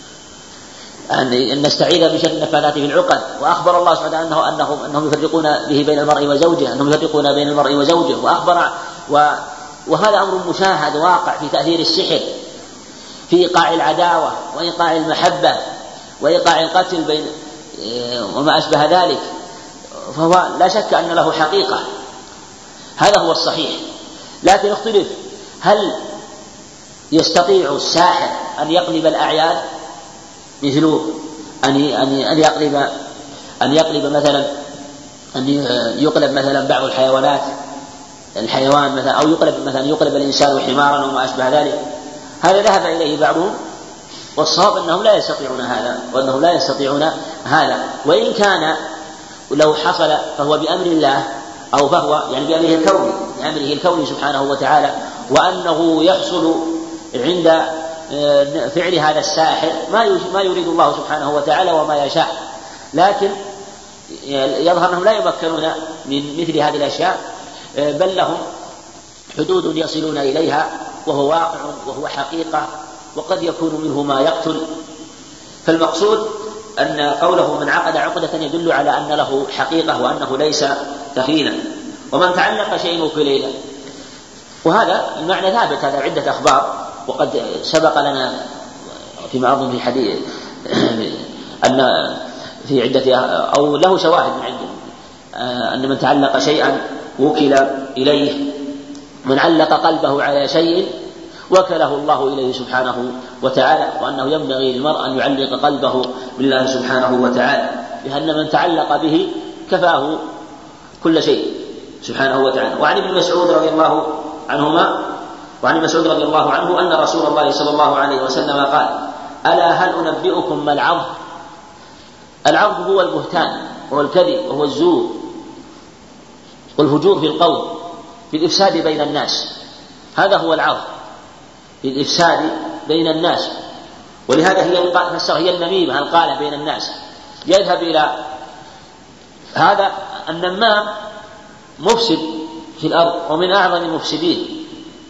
أن نستعيذ بشر النفاثات في العقد. وأخبر الله سبحانه أنه أنهم أنهم يفرقون به بين المرء وزوجه، أنهم يفرقون بين المرء وزوجه، وأخبر و وهذا أمر مشاهد واقع في تأثير السحر، في إيقاع العداوة وإيقاع المحبة وإيقاع القتل بين وما أشبه ذلك، فهو لا شك أن له حقيقة، هذا هو الصحيح. لكن اختلف هل يستطيع الساحر أن يقلب الأعياد، مثل أن أن يقلب أن يقلب مثلا أن يقلب مثلا بعض الحيوانات الحيوان مثلا، أو يقلب مثلا يقلب الإنسان حمارا وما أشبه ذلك. هذا ذهب إليه بعضهم، والصواب أنهم لا يستطيعون هذا، وأنهم لا يستطيعون هذا. وإن كان لو حصل فهو بأمر الله، أو فهو يعني بأمره الكوني، بأمره الكوني سبحانه وتعالى، وأنه يحصل عند فعل هذا الساحر ما يريد الله سبحانه وتعالى وما يشاء، لكن يظهر أنهم لا يمكنون من مثل هذه الأشياء، بل لهم حدود يصلون إليها وهو واقع وهو حقيقة، وقد يكون منه ما يقتل. فالمقصود أن قوله من عقد عقدة يدل على أن له حقيقة وأنه ليس تخيلا. ومن تعلق شيء وكل إليه، وهذا المعنى ثابت، هذا عدة أخبار، وقد سبق لنا فيما أظن في حديث أن في عدة أو له شواهد من عنده أن من تعلق شيئا وكل إليه، من علق قلبه على شيء وكله الله إليه سبحانه وتعالى، وأنه ينبغي للمرء أن يعلق قلبه بالله سبحانه وتعالى، لأن من تعلق به كفاه كل شيء سبحانه وتعالى. وعن ابن مسعود رضي الله عنهما وعن ابن مسعود رضي الله عنه أن رسول الله صلى الله عليه وسلم قال: ألا هل أنبئكم ما العظم؟ العظم هو البهتان وهو الكذب وهو الزور والفجور في القول بالإفساد بين الناس، هذا هو العظم، بالإفساد بين الناس. ولهذا هي هي النميمة القالة بين الناس، يذهب إلى هذا النمام مفسد في الأرض ومن أعظم المفسدين،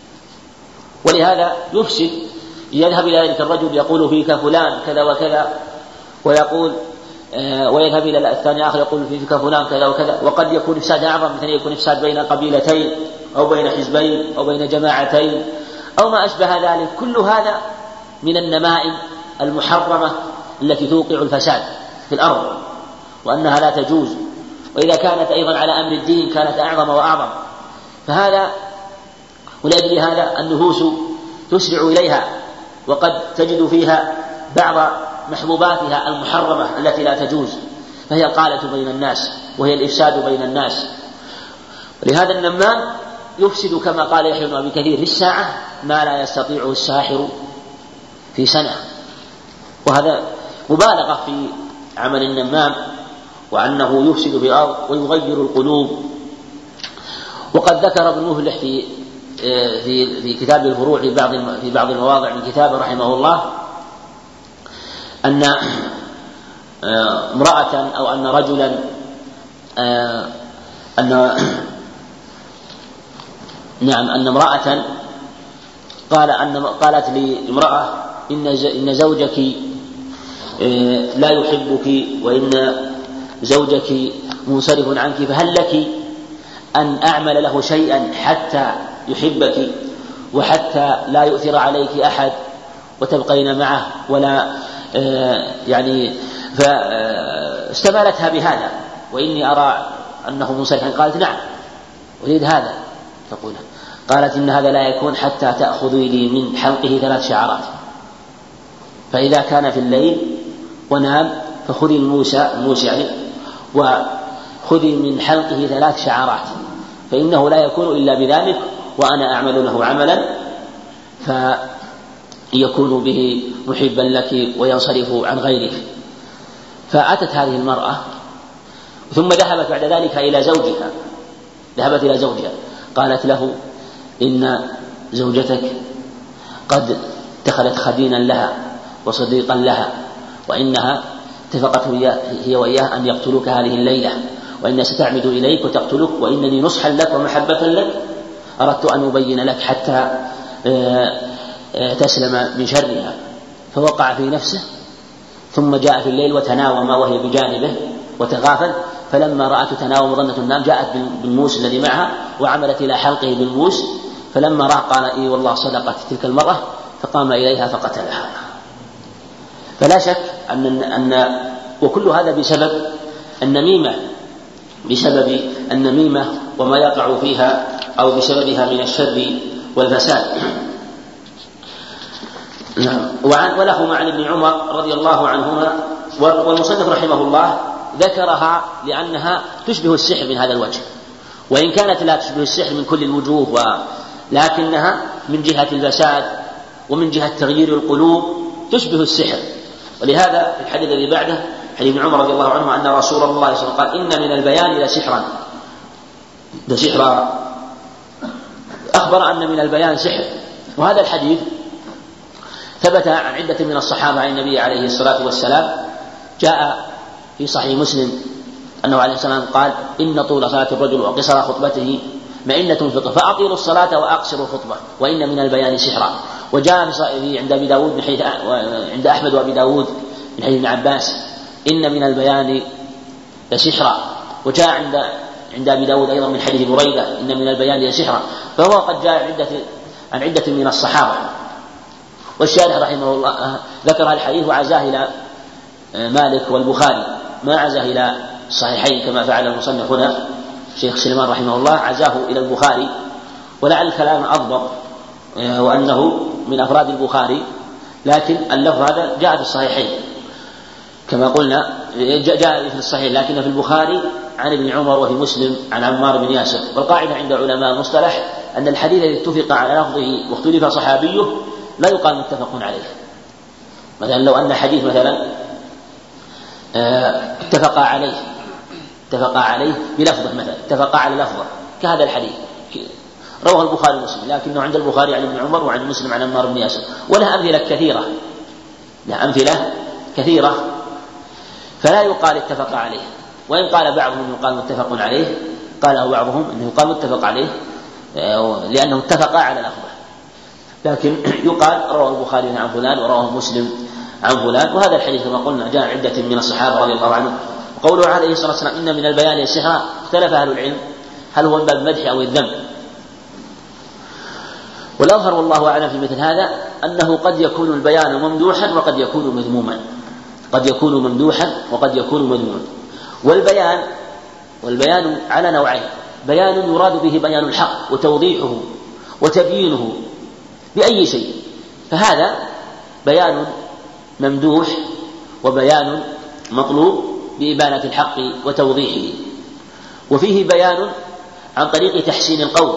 ولهذا يفسد، يذهب إلى ذلك الرجل يقول فيك فلان كذا وكذا، ويقول آه ويذهب إلى الثاني آخر يقول فيك فلان كذا وكذا، وقد يكون إفساد أعظم، مثلا يكون إفساد بين قبيلتين أو بين حزبين أو بين جماعتين أو ما أشبه ذلك. كل هذا من النمائم المحرمة التي توقع الفساد في الأرض، وأنها لا تجوز، وإذا كانت أيضا على أمر الدين كانت أعظم وأعظم. فهذا ولأجل هذا النفوس تسرع إليها، وقد تجد فيها بعض محبوباتها المحرمة التي لا تجوز، فهي القالة بين الناس وهي الإفساد بين الناس. ولهذا النمام يفسد كما قال يحيى بن أبي كثير في الساعة ما لا يستطيعه الساحر في سنة، وهذا مبالغة في عمل النمام، وأنه يفسد في الأرض ويغير القلوب. وقد ذكر ابن مفلح في في في كتاب الفروع في بعض في بعض المواضع من كتابه رحمه الله أن امرأة أو أن رجلا أن نعم أن امرأة قال أن قالت لامرأة إن إن زوجك لا يحبك وإن زوجك منصرف عنك، فهل لك أن أعمل له شيئا حتى يحبك وحتى لا يؤثر عليك أحد وتبقين معه ولا يعني. فاستمالتها بهذا، وإني أرى أنه منصرف. قالت نعم أريد هذا. تقول قالت إن هذا لا يكون حتى تأخذي لي من حلقه ثلاث شعرات، فإذا كان في الليل ونام فخذي الموسى الموسى يعني وخذي من حلقه ثلاث شعرات، فإنه لا يكون إلا بذلك، وأنا أعمل له عملا فيكون به محبا لك وينصرف عن غيرك. فأتت هذه المرأة ثم ذهبت بعد ذلك إلى زوجها ذهبت إلى زوجها قالت له إن زوجتك قد اتخذت خدينا لها وصديقا لها، وإنها اتفقت هي وإياه أن يقتلوك هذه الليلة، وإن ستعمد إليك وتقتلك، وإنني نصحا لك ومحبة لك أردت أن أبين لك حتى تسلم من شرها. فوقع في نفسه، ثم جاء في الليل وتناوم وهي بجانبه وتغافل، فلما رأته تناوم ظنة النام جاءت بالموس الذي معها وعملت إلى حلقه بالموس، فلما رأى قال إي والله صدقت تلك المرأة، فقام إليها فقتلها. فلا شك أن, أن وكل هذا بسبب النميمة بسبب النميمة وما يقع فيها أو بسببها من الشر والفساد. ولهما عن ابن عمر رضي الله عنهما، والمصنف رحمه الله ذكرها لأنها تشبه السحر من هذا الوجه، وإن كانت لا تشبه السحر من كل الوجوه، لكنها من جهة الفساد ومن جهة تغيير القلوب تشبه السحر. ولهذا في الحديث الذي بعده حديث ابن عمر رضي الله عنه أن رسول الله صلى الله عليه وسلم قال إن من البيان لسحرا لسحرا أخبر أن من البيان سحر. وهذا الحديث ثبت عن عدة من الصحابة عن النبي عليه الصلاة والسلام. جاء في صحيح مسلم أنه عليه السلام قال: إن طول صلاة الرجل وقصر خطبته مئنة في الفقه فأطيلوا الصلاة وأقصروا الخطبة وإن من البيان سحرا. وجاء في عند أبي داود من حيث عند أحمد وأبي داود من حيث ابن عباس: إن من البيان لسحرا. وجاء عند عند أبي داود أيضا من حديث بريدة: إن من البيان لسحرا. فهو قد جاء عدة عن عدة من الصحابة. والشارح رحمه الله ذكر الحديث وعزاه إلى مالك والبخاري، ما عزاه إلى الصحيحين كما فعل المصنف هنا شيخ سليمان رحمه الله، عزاه إلى البخاري. ولعل الكلام أضبط وأنه من أفراد البخاري، لكن اللفظ هذا جاء في الصحيحين كما قلنا، جاء في الصحيح لكن في البخاري عن ابن عمر وفي مسلم عن عمار بن ياسر. والقاعدة عند علماء المصطلح أن الحديث الذي اتفق على لفظه واختلف صحابيه لا يقال متفق عليه. مثلا لو أن حديث مثلا اتفق عليه اتفق عليه بلفظه، مثلا اتفق على لفظه كهذا الحديث رواه البخاري ومسلم، لكنه عند البخاري عن ابن عمر وعن مسلم عن عمار بن ياسر. وله أمثلة كثيرة له أمثلة كثيرة فلا يقال اتفق عليه. وإن قال بعضهم يقال متفق عليه، قاله بعضهم أنه يقال متفق عليه لأنه اتفق على لفظه، لكن يقال رواه البخاري عن فلان ورواه مسلم عن فلان. وهذا الحديث كما قلنا جاء عدة من الصحابة رضي الله عنهم. وقوله عليه الصلاة والسلام: إن من البيان سحرا، اختلف أهل العلم هل هو من باب المدح أو الذم. والأظهر والله أعلم في مثل هذا أنه قد يكون البيان ممدوحا وقد يكون مذموما، قد يكون ممدوحا وقد يكون مذموما. والبيان والبيان على نوعين: بيان يراد به بيان الحق وتوضيحه وتبيينه بأي شيء، فهذا بيان ممدوح وبيان مطلوب بإبانة الحق وتوضيحه. وفيه بيان عن طريق تحسين القول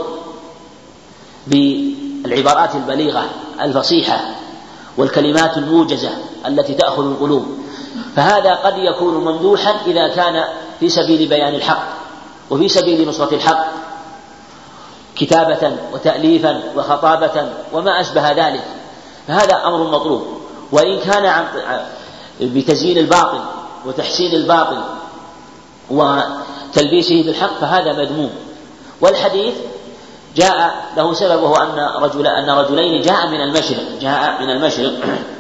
بالعبارات البليغة الفصيحة والكلمات الموجزة التي تأخذ القلوب، فهذا قد يكون ممدوحا إذا كان في سبيل بيان الحق وفي سبيل نصرة الحق كتابة وتأليفا وخطابة وما أشبه ذلك، فهذا أمر مطلوب. وإن كان عن بتزيين الباطل وتحسين الباطل وتلبيسه بالحق فهذا مذموم. والحديث جاء له سبب، وهو أن رجل أن رجلين جاء من المشرق جاء من المشرق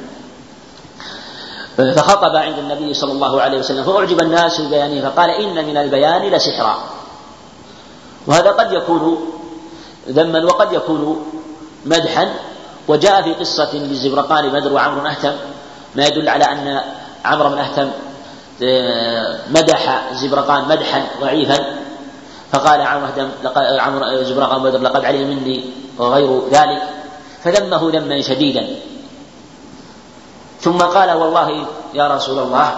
فخطب عند النبي صلى الله عليه وسلم فأعجب الناس ببيانه فقال: إن من البيان لسحرا. وهذا قد يكون ذما وقد يكون مدحا. وجاء في قصة للزبرقان بدر وعمرو بن أهتم ما يدل على أن عمرو بن أهتم مدح الزبرقان مدحا ضعيفا، فقال عمرو الزبرقان بدر: لقد علم مني وغير ذلك، فذمه ذما شديدا. ثم قال: والله يا رسول الله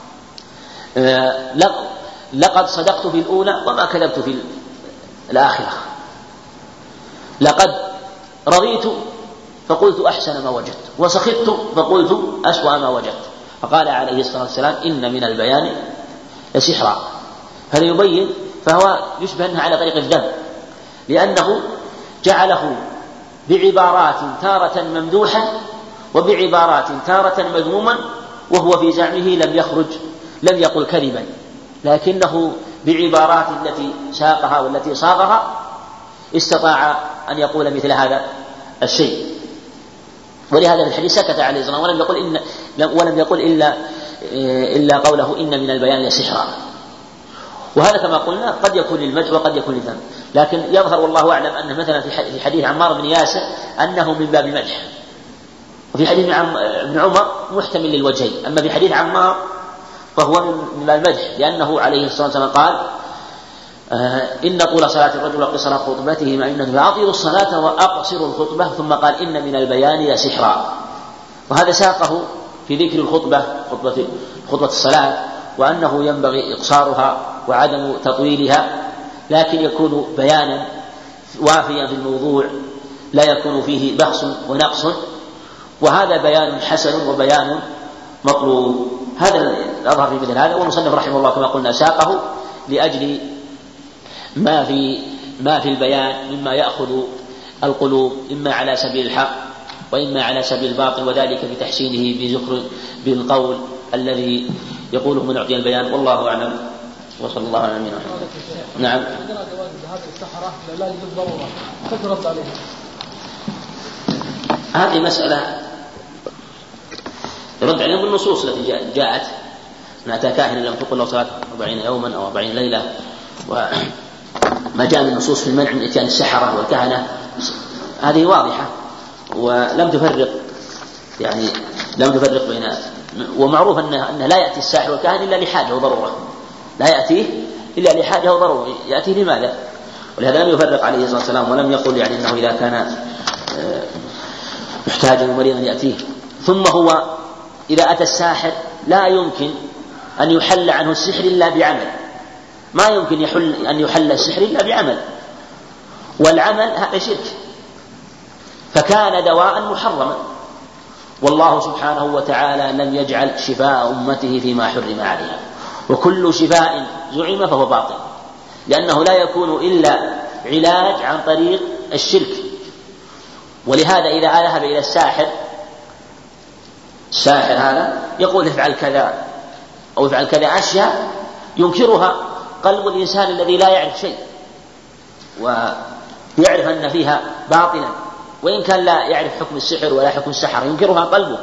لقد صدقت في الأولى وما كذبت في الآخرة، لقد رضيت فقلت أحسن ما وجدت، وسخطت فقلت أسوأ ما وجدت. فقال عليه الصلاة والسلام: إن من البيان لسحرا. هذا يبين، فهو يشبه أنها على طريق الذم، لأنه جعله بعبارات تارة ممدوحا وبعبارات تارة مذموما، وهو في زعمه لم يخرج لم يقل كذبا، لكنه بعبارات التي ساقها والتي صاغها استطاع أن يقول مثل هذا الشيء. ولهذا في الحديث سكت عليه الصلاة والسلام ولم يقل إن ولم يقل إلا إلا قوله: إن من البيان لسحرا. وهذا كما قلنا قد يكون للمدح وقد يكون للذم، لكن يظهر والله أعلم أن مثلا في حديث عمار بن ياسر أنه من باب المدح، وفي حديث ابن عمر محتمل للوجهين. أما في حديث عمار فهو من باب المدح، لأنه عليه الصلاة والسلام قال: إن طول صلاة الرجل وقصر خطبته مئنة فأطيلوا الصلاة وأقصروا الخطبة، ثم قال: إن من البيان لسحرا. وهذا ساقه في ذكر الخطبة خطبة, خطبة الصلاة، وأنه ينبغي إقصارها وعدم تطويلها، لكن يكون بيانا وافيا في الموضوع لا يكون فيه بخس ونقص، وهذا بيان حسن وبيان مطلوب. هذا الأظهر في مثل هذا. والمصنف رحمه الله كما قلنا ساقه لأجل ما في ما في البيان مما يأخذ القلوب إما على سبيل الحق وإما على سبيل الباطل، وذلك بتحسينه بذكر بالقول الذي يقوله من أعطي البيان. والله أعلم، وصلى الله على نبينا محمد. نعم. عندنا جواز ذهاب السحرة لعلاج بالضرورة، فترد عليها. هذه مسألة يرد عليها بالنصوص التي جاءت: من أتى كاهنا لم تقل له صلاة أربعين يوما أو أربعين ليلة، وما جاء من النصوص في المنع من إتيان السحرة والكهنة هذه واضحة، ولم تفرق يعني لم تفرق بين، ومعروف أنه, أنه لا يأتي الساحر والكاهن إلا لحاجة وضرورة، لا يأتيه إلا لحاجة وضرورة، يأتيه لماذا؟ ولهذا لم يفرق عليه الصلاة والسلام، ولم يقل يعني أنه إذا كان محتاجا ومريضا يأتيه. ثم هو إذا أتى الساحر لا يمكن أن يحل عنه السحر إلا بعمل، ما يمكن يحل أن يحل السحر إلا بعمل، والعمل هذا شرك، فكان دواء محرما، والله سبحانه وتعالى لم يجعل شفاء أمته فيما حرم عليها، وكل شفاء زعم فهو باطل، لأنه لا يكون إلا علاج عن طريق الشرك. ولهذا إذا ذهب إلى الساحر، الساحر هذا يقول افعل كذا أو افعل كذا، أشياء ينكرها قلب الإنسان الذي لا يعرف شيء ويعرف أن فيها باطلا، وإن كان لا يعرف حكم السحر ولا حكم السحر ينكرها قلبه،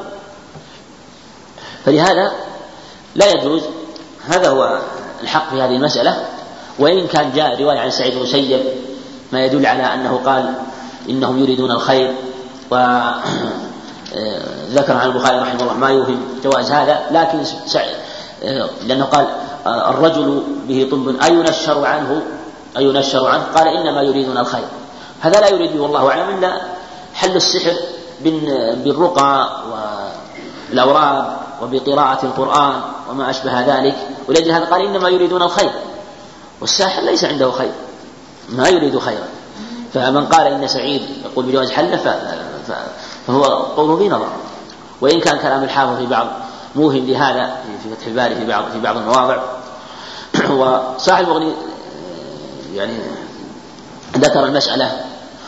فلهذا لا يجوز. هذا هو الحق في هذه المسألة. وإن كان جاء رواية عن سعيد بن المسيب ما يدل على أنه قال إنهم يريدون الخير، وذكر عن البخاري رحمه الله ما يوهم جواز هذا، لكن لأنه قال الرجل به طب أينشر عنه أينشر عنه قال إنما يريدون الخير، هذا لا يريد والله أعلم إلا حل السحر بالرقى والأوراد وبقراءة القرآن وما أشبه ذلك، ولأجل هذا قال إنما يريدون الخير، والساحر ليس عنده خير، ما يريد خيرا. فمن قال إن سعيد يقول بجواز حل فهو قوله به نظر، وإن كان كلام الحافظ في بعض موهم لهذا في فتح الباري في بعض في بعض المواضع. وصاحب المغني يعني ذكر المسألة،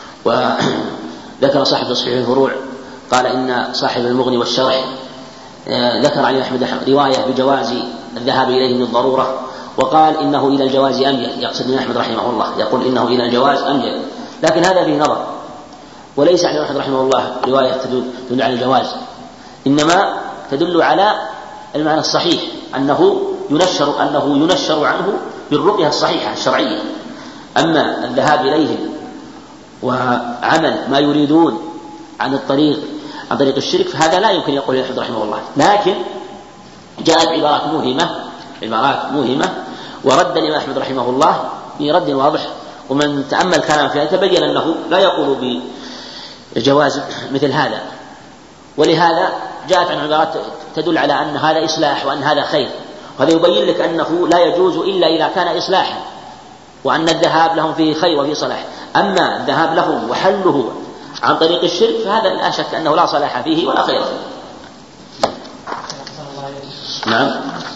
وذكر صاحب تصحيح الفروع قال إن صاحب المغني والشرح ذكر عن أحمد رواية بجواز الذهاب إليه بالضرورة، وقال إنه إلى الجواز أميل، يقصد من أحمد رحمه الله يقول إنه إلى الجواز أميل، لكن هذا فيه نظر، وليس عن أحمد رحمه الله رواية تدل على الجواز، إنما تدل على المعنى الصحيح أنه ينشر أنه ينشر عنه بالرقية الصحيحة الشرعية. أما الذهاب إليهم وعمل ما يريدون عن الطريق عن طريق الشرك فهذا لا يمكن يقول أحمد رحمه الله، لكن جاءت عبارات موهمة عبارات موهمة ورد الإمام أحمد رحمه الله برد واضح، ومن تأمل كلام فيها تبين أنه لا يقول بجواز مثل هذا. ولهذا جاءت عن عبارات تدل على أن هذا إصلاح وأن هذا خير، وهذا يبين لك أنه لا يجوز إلا إذا كان إصلاحا، وأن الذهاب لهم فيه خير وفيه صلاح. أما الذهاب لهم وحله عن طريق الشرك فهذا لا شك أنه لا صلاح فيه ولا خير فيه. نعم.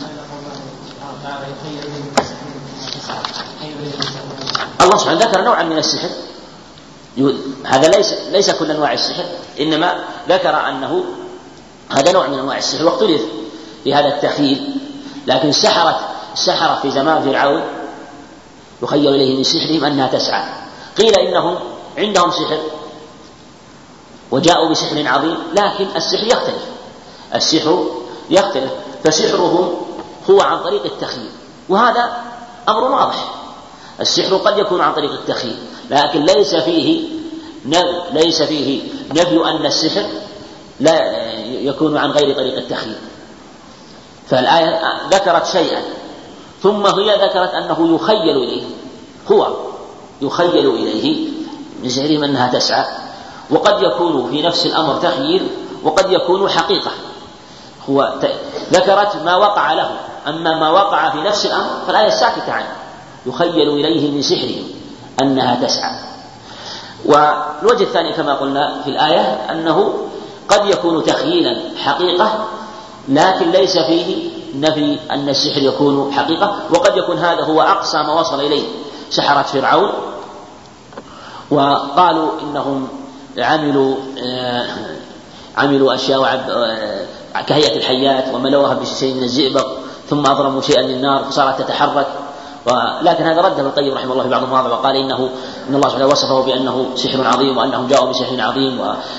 الله سبحانه ذكر نوعا من السحر، هذا ليس ليس كل أنواع السحر، إنما ذكر أنه هذا نوع من أنواع السحر، واختلف في هذا التخيل. لكن السحرة السحرة في زمان فرعون يخيل إليه من سحرهم أنها تسعى، قيل إنهم عندهم سحر وجاءوا بسحر عظيم، لكن السحر يختلف السحر يختلف فسحرهم هو عن طريق التخيل، وهذا أمر واضح. السحر قد يكون عن طريق التخيل، لكن ليس فيه ليس فيه نفي أن السحر لا يكون عن غير طريق التخيل. فالآية ذكرت شيئا ثم هي ذكرت أنه يخيل إليه، هو يخيل إليه من سحرهم أنها تسعى، وقد يكون في نفس الأمر تخيل وقد يكون حقيقة. هو ذكرت ما وقع له، أما ما وقع في نفس الأمر فالآية ساكتة عنه، يخيل إليه من سحرهم أنها تسعى. والوجه الثاني كما قلنا في الآية أنه قد يكون تخييلا حقيقة، لكن ليس فيه نفي أن السحر يكون حقيقة، وقد يكون هذا هو أقصى ما وصل إليه سحرة فرعون، وقالوا إنهم عملوا عملوا أشياء كهيئة الحيات وملوها بشيء من الزئبق ثم أضرموا شيئا للنار فصارت تتحرك. ولكن هذا رده ابن القيم رحمه الله في بعض المواضع وقال إنه إن الله سبحانه وصفه بأنه سحر عظيم وأنهم جاءوا بسحر عظيم،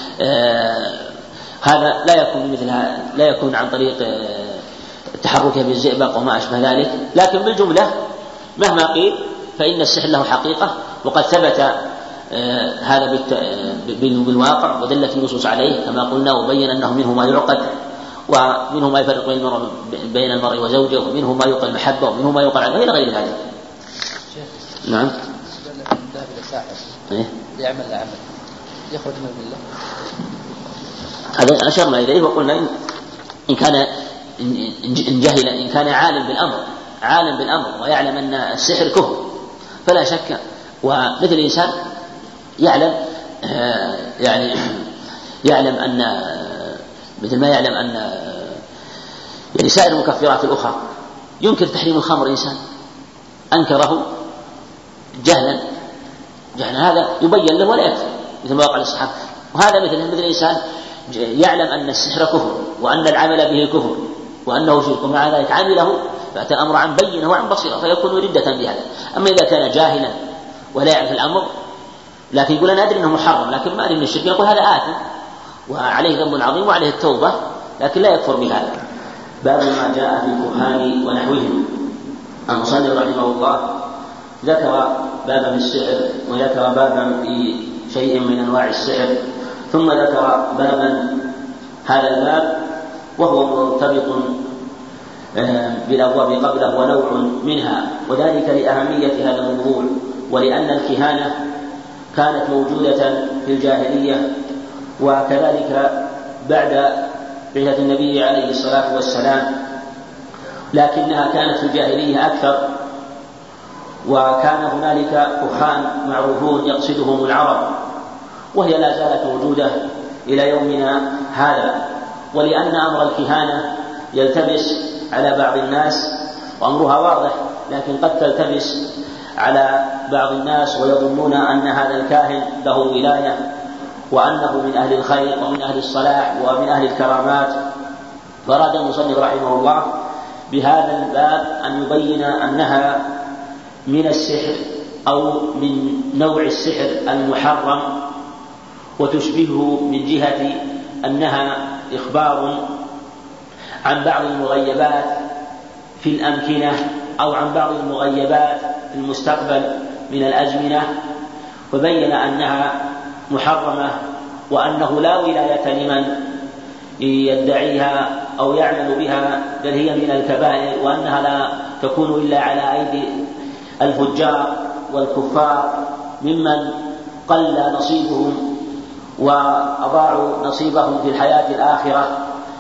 وهذا لا يكون مثل لا يكون عن طريق تحركه بالزئبق وما أشبه ذلك. لكن بالجملة مهما قيل فإن السحر له حقيقة، وقد ثبت هذا بالواقع ودلت النصوص عليه كما قلنا، وبين أنه منه ما يعقد ومنه ما يفرق بين المرء وزوجه ومنه ما يوقع المحبة ومنه ما يوقع عنه إلى غير ذلك. نعم. إيه؟ يعمل العمل يخرج من الله. هذا أشرنا إليه وقلنا إن كان إن جهل إن كان عالم بالأمر عالم بالأمر ويعلم أن السحر كفر فلا شك، ومثل الإنسان يعلم يعني يعلم أن مثل ما يعلم أن يعني سائر المكفرات الأخرى ينكر تحريم الخمر إنسان أنكره جهلا جهلا هذا يبين له ولا يكفر مثل ما وقع للصحابة. وهذا مثل مثل الإنسان يعلم أن السحر كفر وأن العمل به كفر وأنه شرك، ومع ذلك عمله فأتى الأمر عن بينه وعن بصيرة فيكون ردة بهذا. أما إذا كان جاهلا ولا يعرف الأمر لكن يقول أنا أدري أنه محرم لكن ما أدري من الشرك، يقول هذا آثم وعليه ذنب عظيم وعليه التوبة لكن لا يكفر بهذا. باب ما جاء في الكهان ونحوهم. المصنف رحمه الله ذكر بابا في السحر وذكر بابا في شيء من أنواع السحر، ثم ذكر بابا هذا الباب وهو مرتبط بالأبواب قبله ونوع منها، وذلك لأهمية هذا الموضوع ولأن الكهانة كانت موجودة في الجاهلية وكذلك بعد بعثة النبي عليه الصلاة والسلام، لكنها كانت في الجاهلية أكثر، وكان هنالك كهان معروفون يقصدهم العرب وهي لا زالت موجودة إلى يومنا هذا. ولأن أمر الكهانة يلتبس على بعض الناس وأمرها واضح لكن قد تلتبس على بعض الناس ويظنون أن هذا الكاهن له ولاية وأنه من أهل الخير ومن أهل الصلاح ومن أهل الكرامات. فراد المصنف رحمه الله بهذا الباب أن يبين أنها من السحر أو من نوع السحر المحرم، وتشبهه من جهة أنها إخبار عن بعض المغيبات في الأمكنة أو عن بعض المغيبات في المستقبل من الأزمنة، وبين أنها محرمة وأنه لا ولاية لمن يدعيها أو يعمل بها، بل هي من الكبائر وأنها لا تكون إلا على أيدي الفجار والكفار ممن قل نصيبهم وأضاعوا نصيبهم في الحياة الآخرة.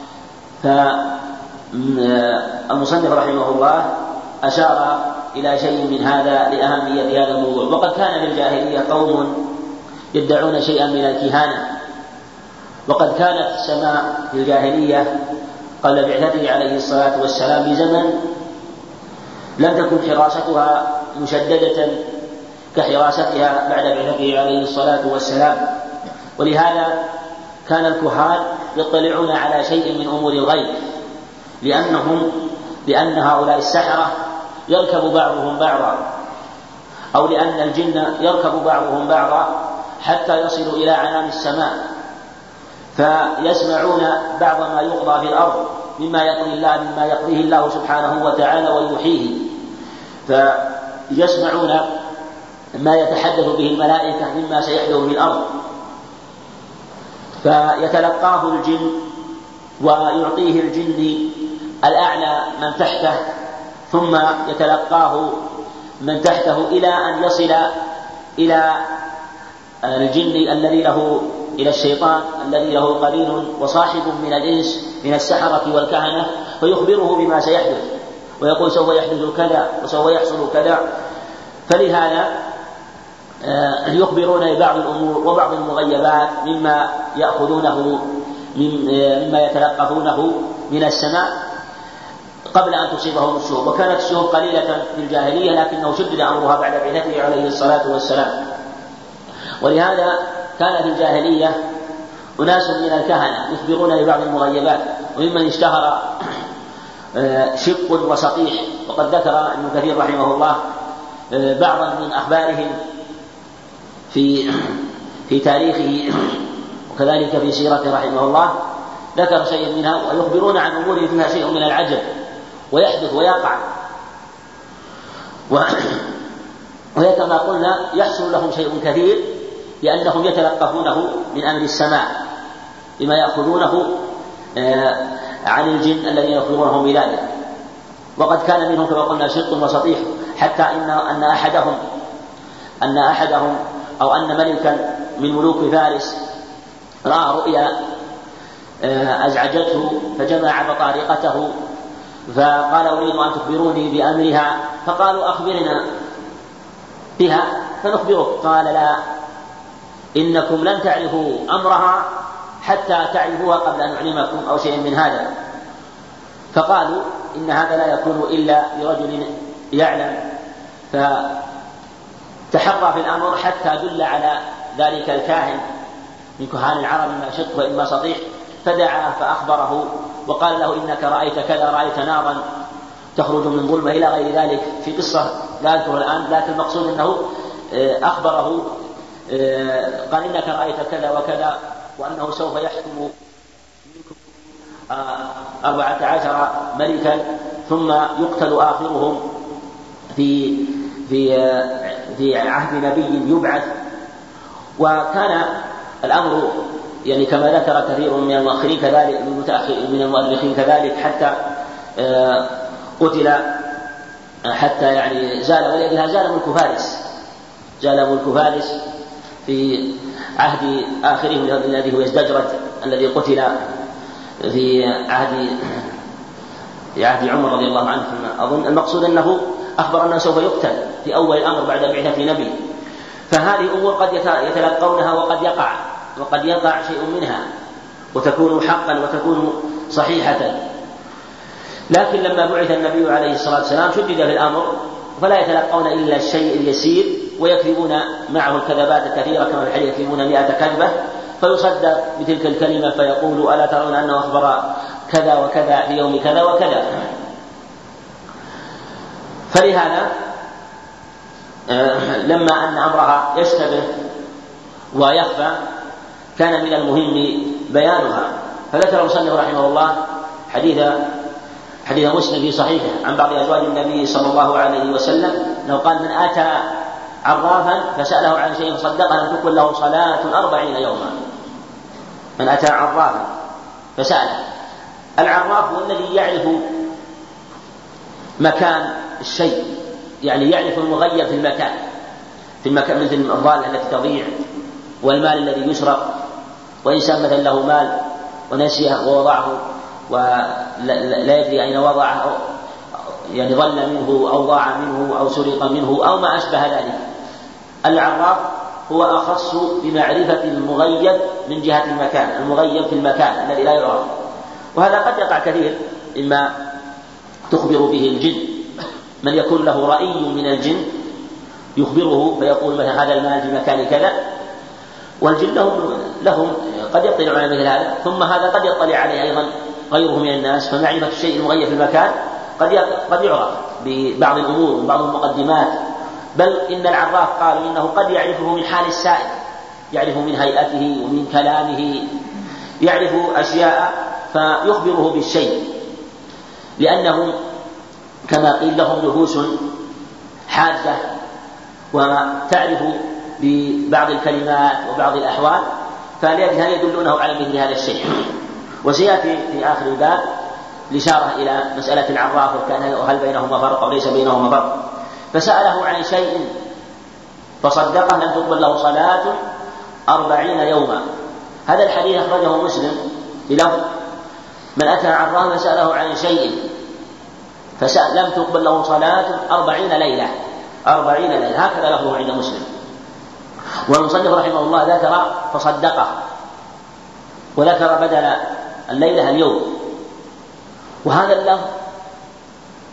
فالمصنف رحمه الله أشار إلى شيء من هذا لأهمية هذا الموضوع. وقد كان في الجاهلية قوم يدعون شيئا من الكهانة، وقد كانت السماء في الجاهلية قبل بعثته عليه الصلاة والسلام بزمن لم تكن حراستها مشددة كحراستها بعد بعثته عليه الصلاة والسلام، ولهذا كان الكهان يطلعون على شيء من أمور الغيب، لأنهم لأن هؤلاء السحرة يركب بعضهم بعضا، أو لأن الجن يركب بعضهم بعضا حتى يصلوا إلى عنان السماء فيسمعون بعض ما يقضى في الأرض مما يقضي الله مما يقضيه الله سبحانه وتعالى ويوحيه، فيسمعون ما يتحدث به الملائكة مما سيحدث في الأرض، فيتلقاه الجن ويعطيه الجن الأعلى من تحته، ثم يتلقاه من تحته إلى أن يصل إلى الجن الذي له إلى الشيطان الذي له قرين وصاحب من الإنس من السحرة والكهنة، فيخبره بما سيحدث ويقول سوف يحدث كذا وسوف يحصل كذا. فلهذا يخبرون ببعض الأمور وبعض المغيبات مما يأخذونه مما يتلقفونه من السماء قبل أن تصيبهم الشهب. وكانت الشهب قليلة في الجاهلية لكنه شدد أمرها بعد بعثته عليه الصلاة والسلام. ولهذا كان في الجاهلية أناس من الكهنة يخبرون ببعض المغيبات، وممن اشتهر شق وسطيح. وقد ذكر ابن كثير رحمه الله بعضا من أخبارهم في في تاريخه وكذلك في سيرته رحمه الله، ذكر شيء منها، ويخبرون عن أمور فيها شيء من العجب ويحدث ويقع، وهي كما قلنا يحصل لهم شيء كثير لأنهم يتلقفونه من أمر السماء بما يأخذونه عن الجن الذين يخبرونهم بذلك. وقد كان منهم كما قلنا شق وسطيح، حتى إن أن أحدهم أن أحدهم أو أن ملكا من ملوك فارس رأى رؤيا أزعجته فجمع بطارقته فقال أريد أن تخبروني بأمرها، فقالوا أخبرنا بها فنخبرك. قال لا، إنكم لن تعرفوا أمرها حتى تعرفوها قبل أن نعلمكم أو شيء من هذا. فقالوا إن هذا لا يكون إلا لرجل يعلم، فتحرى في الأمر حتى دل على ذلك الكاهن من كهان العرب إما شق وإما سطيح، فدعاه فأخبره وقال له إنك رأيت كذا، رأيت نارا تخرج من ظلمة إلى غير ذلك في قصة لا أذكر الآن، لكن المقصود أنه أخبره قال إنك رأيت كذا وكذا، وأنه سوف يحكم منكم أربعة عشر ملكا ثم يقتل آخرهم في في في عهد نبي يبعث. وكان الأمر يعني كما ذكر كثير من المؤخرين كذلك من المؤرخين كذلك حتى قتل حتى يعني زال، ولذلك زال ملك فارس زال ملك فارس في عهد آخرهم الذي هو يزدجرد الذي قتل في عهد في عهد عمر رضي الله عنه أظن. المقصود أنه أخبر أنه سوف يقتل في أول الأمر بعد بعثة نبي. فهذه أمور قد يتلقونها وقد يقع وقد يقع شيء منها وتكون حقا وتكون صحيحة. لكن لما بعث النبي عليه الصلاة والسلام شدد في الأمر، فلا يتلقون إلا الشيء اليسير ويكذبون معه الكذبات الكثيرة كما في الحديث يكذبون مئة كذبة، فيصدق بتلك الكلمة فيقول ألا ترون أنه أخبر كذا وكذا في يوم كذا وكذا. فلهذا لما أن أمرها يشتبه ويخفى كان من المهم بيانها. فذكر المصنف رحمه الله حديث حديث مسلم في صحيحه عن بعض أزواج النبي صلى الله عليه وسلم أنه قال من أتى عرافا فسأله عن شيء فصدقه لم تقبل له صلاة أربعين يوما. من أتى عرافا فسأله، العراف هو الذي يعرف مكان الشيء، يعني يعرف المغير في المكان في المكان مثل الضالة التي تضيع والمال الذي يسرق، وإنسان مثلا له مال ونسيه ووضعه ولا يدري أين وضعه، يعني ضل منه أو ضاع منه أو سرق منه أو ما أشبه ذلك. العراف هو أخص بمعرفة المغيب من جهة المكان، المغيب في المكان الذي لا يعرف. وهذا قد يقع كثير مما تخبر به الجن، من يكون له رأي من الجن يخبره فيقول مثلا هذا المال في مكان كذا، والجن لهم, لهم قد يطلع على مثل هذا، ثم هذا قد يطلع عليه أيضا غيره من الناس. فمعرفة الشيء المغيب في المكان قد قد يعرف ببعض الأمور وبعض المقدمات، بل إن العراف قالوا إنه قد يعرفه من حال السائل، يعرف من هيئته ومن كلامه، يعرف أشياء فيخبره بالشيء، لأنه كما قيل لهم نفوس حادة وتعرف ببعض الكلمات وبعض الأحوال، فلذلك يدلونه على مثل هذا الشيء. وسيأتي في آخر الباب الإشارة إلى مسألة العراف وكان وهل بينهما فرق أو ليس بينهما فرق. فسأله عن شيء فصدقه لم تقبل له صلاة أربعين يوما. هذا الحديث أخرجه مسلم بلفظ من أتى عرافا فسأله عن شيء فسأل لم تقبل له صلاة أربعين ليلة أربعين ليلة، هكذا لفظه عند مسلم. والمصنف رحمه الله ذكر فصدقه وذكر بدل الليلة اليوم. وهذا اللفظ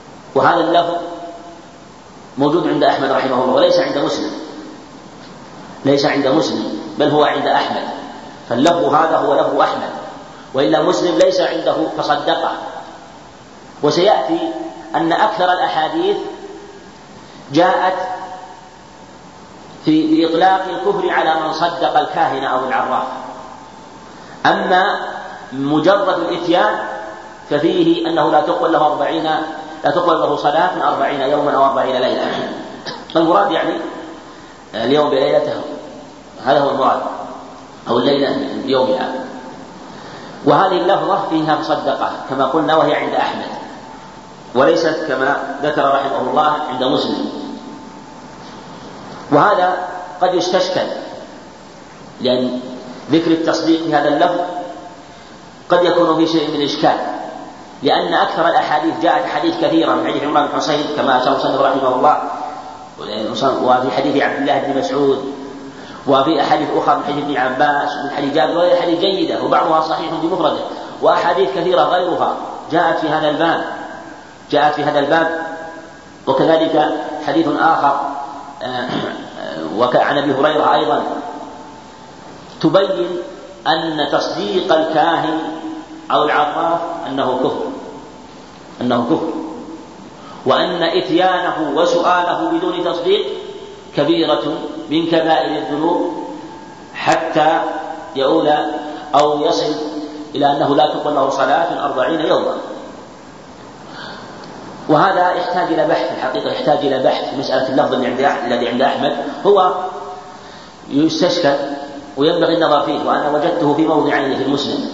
وهذا اللفظ موجود عند أحمد رحمه الله وليس عند مسلم. ليس عند مسلم بل هو عند أحمد، فاللفظ هذا هو لفظ أحمد، وإلا مسلم ليس عنده فصدقه. وسيأتي أن أكثر الأحاديث جاءت في بإطلاق الكفر على من صدق الكاهن أو العراف، أما مجرد الإتيان ففيه أنه لا تقبل له أربعين لا تقبل له صلاة أربعين يوما أو أربعين ليلة. المراد يعني اليوم بليلته، هذا هو المراد، أو الليلة بيومها. وهذه اللفظة فيها مصدقة كما قلنا، وهي عند أحمد، وليست كما ذكر رحمه الله عند مسلم. وهذا قد يستشكل، لأن ذكر التصديق في هذا اللفظ قد يكون في شيء من الإشكال، لأن أكثر الأحاديث جاءت حديث كثيرا من حديث عمران بن حسين كما أشار المصنف رحمه الله، وفي حديث عبد الله بن مسعود، وفي أحاديث أخرى من حديث ابن عباس ومن حديث جابر، وهي حديث جيدة وبعضها صحيح بمفرده، وأحاديث كثيرة غيرها جاءت في هذا الباب جاءت في هذا الباب وكذلك حديث آخر وعن أبي هريرة أيضا تبين أن تصديق الكاهن أو العراف أنه كفر أنه كفر وأن إتيانه وسؤاله بدون تصديق كبيرة من كبائر الذنوب، حتى يؤول أو يصل إلى أنه لا تقبل له صلاة أربعين يوما. وهذا يحتاج إلى بحث، الحقيقة يحتاج إلى بحث في مسألة اللفظ الذي عند أحمد، هو يستشكل وينبغي النظر فيه، وأنا وجدته في موضعين في المسلم.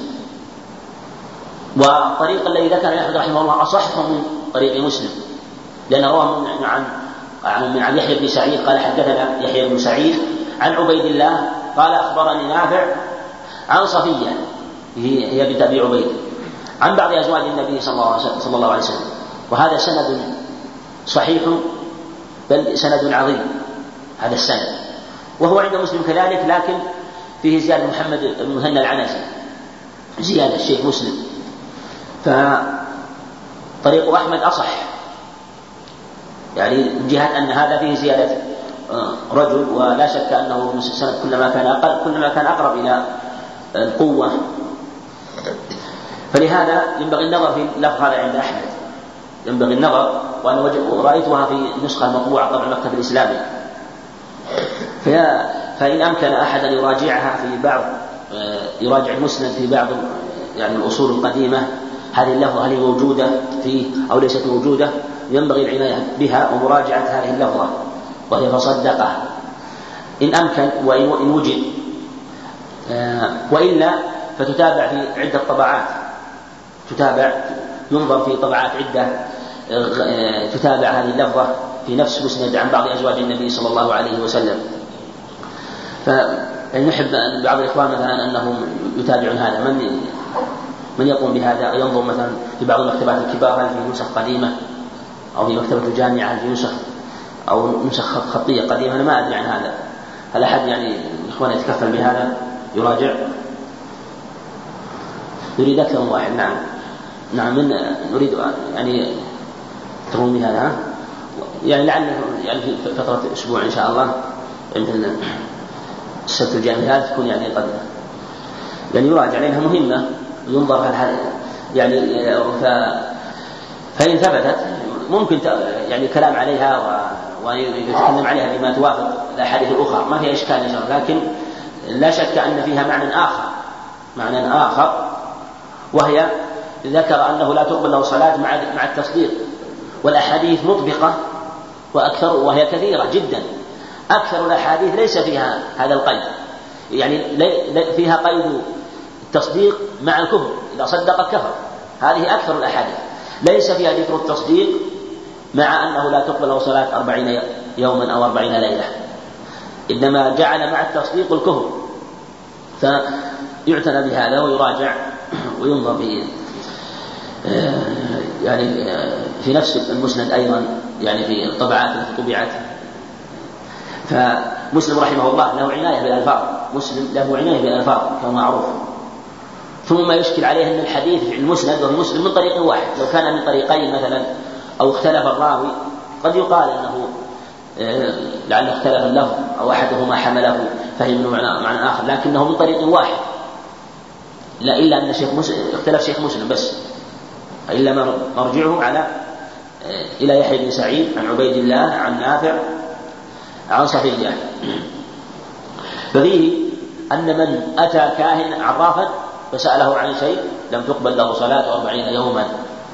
والطريق الذي ذكر أحمد رحمه الله أصح من طريق مسلم، لأنه رواه من عن عن عن يحيى بن سعيد قال حدثنا يحيى بن سعيد عن عبيد الله قال أخبرني نافع عن صفية هي بنت أبي عبيد عن بعض أزواج النبي صلى الله عليه وسلم. وهذا سند صحيح بل سند عظيم هذا السند، وهو عند مسلم كذلك، لكن فيه زيادة محمد بن مهنا العنزي زيادة الشيخ مسلم، فطريق أحمد أصح، يعني من جهة أن هذا فيه زيادة رجل، ولا شك أنه السند كلما كان أقل كلما كان أقرب إلى القوة، فلهذا ينبغي النظر في اللفظ هذا عند أحمد، ينبغي النظر. وأنا رأيتها في نسخة مطبوعة طبع المكتب الإسلامي، فإن أمكن أحد أن يراجعها في بعض يراجع المسند في بعض يعني الأصول القديمة، هذه اللفظة هل موجودة فيه أو ليست موجودة، ينبغي العناية بها ومراجعة هذه اللفظة وهي فصدقه إن أمكن وإن وجد، وإلا فتتابع في عدة طبعات، تتابع ينظر في طبعات عدة تتابع هذه اللفظة في نفس مسند عن بعض أزواج النبي صلى الله عليه وسلم. فنحب أن بعض الإخوان مثلا أنهم يتابعون هذا، من من يقوم بهذا، ينظر مثلا في بعض المكتبات الكبار هل في نسخ قديمة، أو في مكتبة الجامعة هل في نسخ أو نسخ خطية قديمة، أنا ما أدري عن هذا. هل أحد يعني الإخوان يتكفل بهذا يراجع؟ نريد أكثر من واحد. نعم نعم من نريد يعني تقوم بهذا، يعني لعل يعني في فترة أسبوع إن شاء الله مثل السبت الجامعي هذا تكون يعني قد يعني يراجع لأنها مهمة وينظر هل يعني ف... فإن ثبتت ممكن يعني كلام عليها ويتكلم عليها بما توافق الأحاديث الأخرى، ما فيها إشكال إن شاء الله، لكن لا شك أن فيها معنى آخر معنى آخر وهي ذكر أنه لا تقبل له صلاة مع مع التصديق، والأحاديث مطبقة وأكثر وهي كثيرة جدا، أكثر الأحاديث ليس فيها هذا القيد، يعني فيها قيد التصديق مع الكفر، إذا صدق كفر، هذه أكثر الأحاديث، ليس فيها ذكر التصديق مع أنه لا تقبل له صلاة أربعين يوما أو أربعين ليلة، إنما جعل مع التصديق الكفر. فيعتنى بهذا ويراجع وينظر في يعني في نفس المسند أيضا، يعني في الطبعات التي طبعت. فمسلم رحمه الله له عناية بالألفاظ، مسلم له عناية بالألفاظ كما معروف. ثم ما يشكل عليه أن الحديث في المسند وفي مسلم من طريق واحد، لو كان من طريقين مثلا أو اختلف الراوي قد يقال أنه لعل اختلف اللفظ أو أحدهما حمله فهم منه معنى آخر، لكنه من طريق واحد، لا إلا أن شيخ مسلم اختلف شيخ مسلم بس، إلا مرجعه على إلى يحيى بن سعيد عن عبيد الله عن نافع عن صفية. ففيه أن من أتى كاهن عرافا فسأله عن شيء لم تقبل له صلاة أربعين يوما،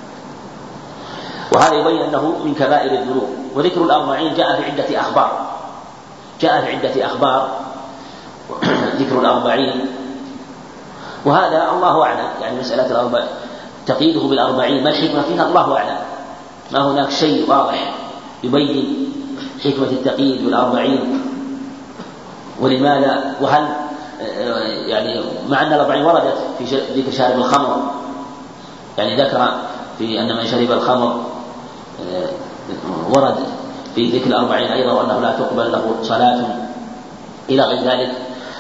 وهذا يبين أنه من كبائر الذنوب. وذكر الأربعين جاء في عدة أخبار، جاء في عدة أخبار ذكر الأربعين، وهذا الله أعلم، يعني مسألة الأربعين تقييده بالأربعين ما الحكمة فيها الله أعلم، ما هناك شيء واضح يبين حكمة التقييد بالأربعين ولماذا، وهل يعني مع أن الأربعين وردت في ذكر شارب الخمر، يعني ذكر في أن من شرب الخمر ورد في ذكر الأربعين أيضا وأنه لا تقبل له صلاة إلى غير ذلك.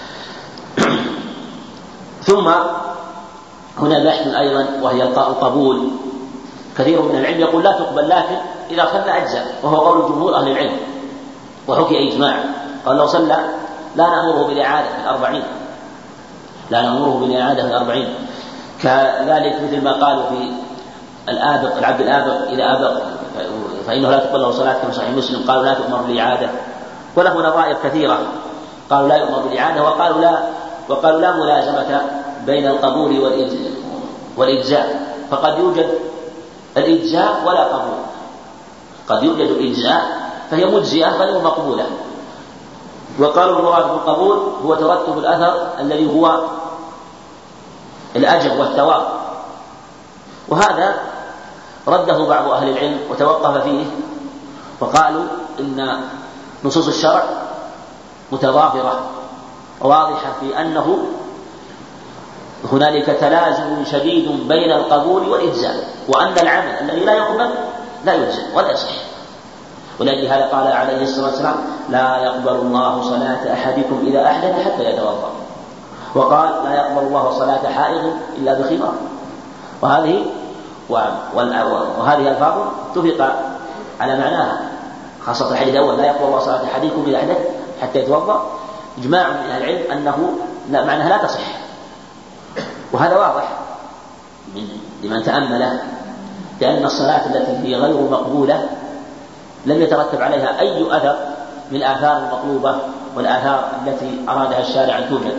ثم هنا بحث أيضا وهي القبول. كثير من العلم يقول لا تقبل، لكن إذا صلى أجزاء، وهو قول جمهور أهل العلم، وحكي إجماع قال لو صلى لا نأمره بالإعادة في الأربعين، لا نأمره بالإعادة في الأربعين. كذلك مثل ما قالوا في الآبق، العبد الآبق إذا آبق فإنه لا تقبل له صلاة كما صحيح مسلم، قالوا لا تؤمر بالإعادة. وله نظائر كثيرة، قالوا لا يؤمر بالإعادة، وقالوا لا وقالوا لا ملازمة بين القبول والإجزاء، فقد يوجد الإجزاء ولا قبول، قد يوجد الإجزاء فهي مجزئة غير مقبولة. وقالوا المراد بالقبول هو ترتب الأثر الذي هو الأجر والثواب، وهذا رده بعض أهل العلم وتوقف فيه، وقالوا إن نصوص الشرع متضافرة واضحة في أنه هنالك تلازم شديد بين القبول والإجزاء، وأن العمل الذي لا يقبل لا يجزى ولا يصح. ولأجل هذا قال عليه الصلاة والسلام لا يقبل الله صلاة أحدكم إذا أحدث حتى يتوضأ، وقال لا يقبل الله صلاة حائض إلا بخمار. وهذه وهذه الفاظ اتفق على معناها، خاصة الحديث الأول لا يقبل الله صلاة أحدكم إذا أحدث حتى يتوضأ، إجماع من أهل العلم أنه لا معناها لا تصح، وهذا واضح لمن تأمله، لأن الصلاة التي هي غير مقبولة لم يترتب عليها أي أثر من الآثار المطلوبة والآثار التي أرادها الشارع أن توجد.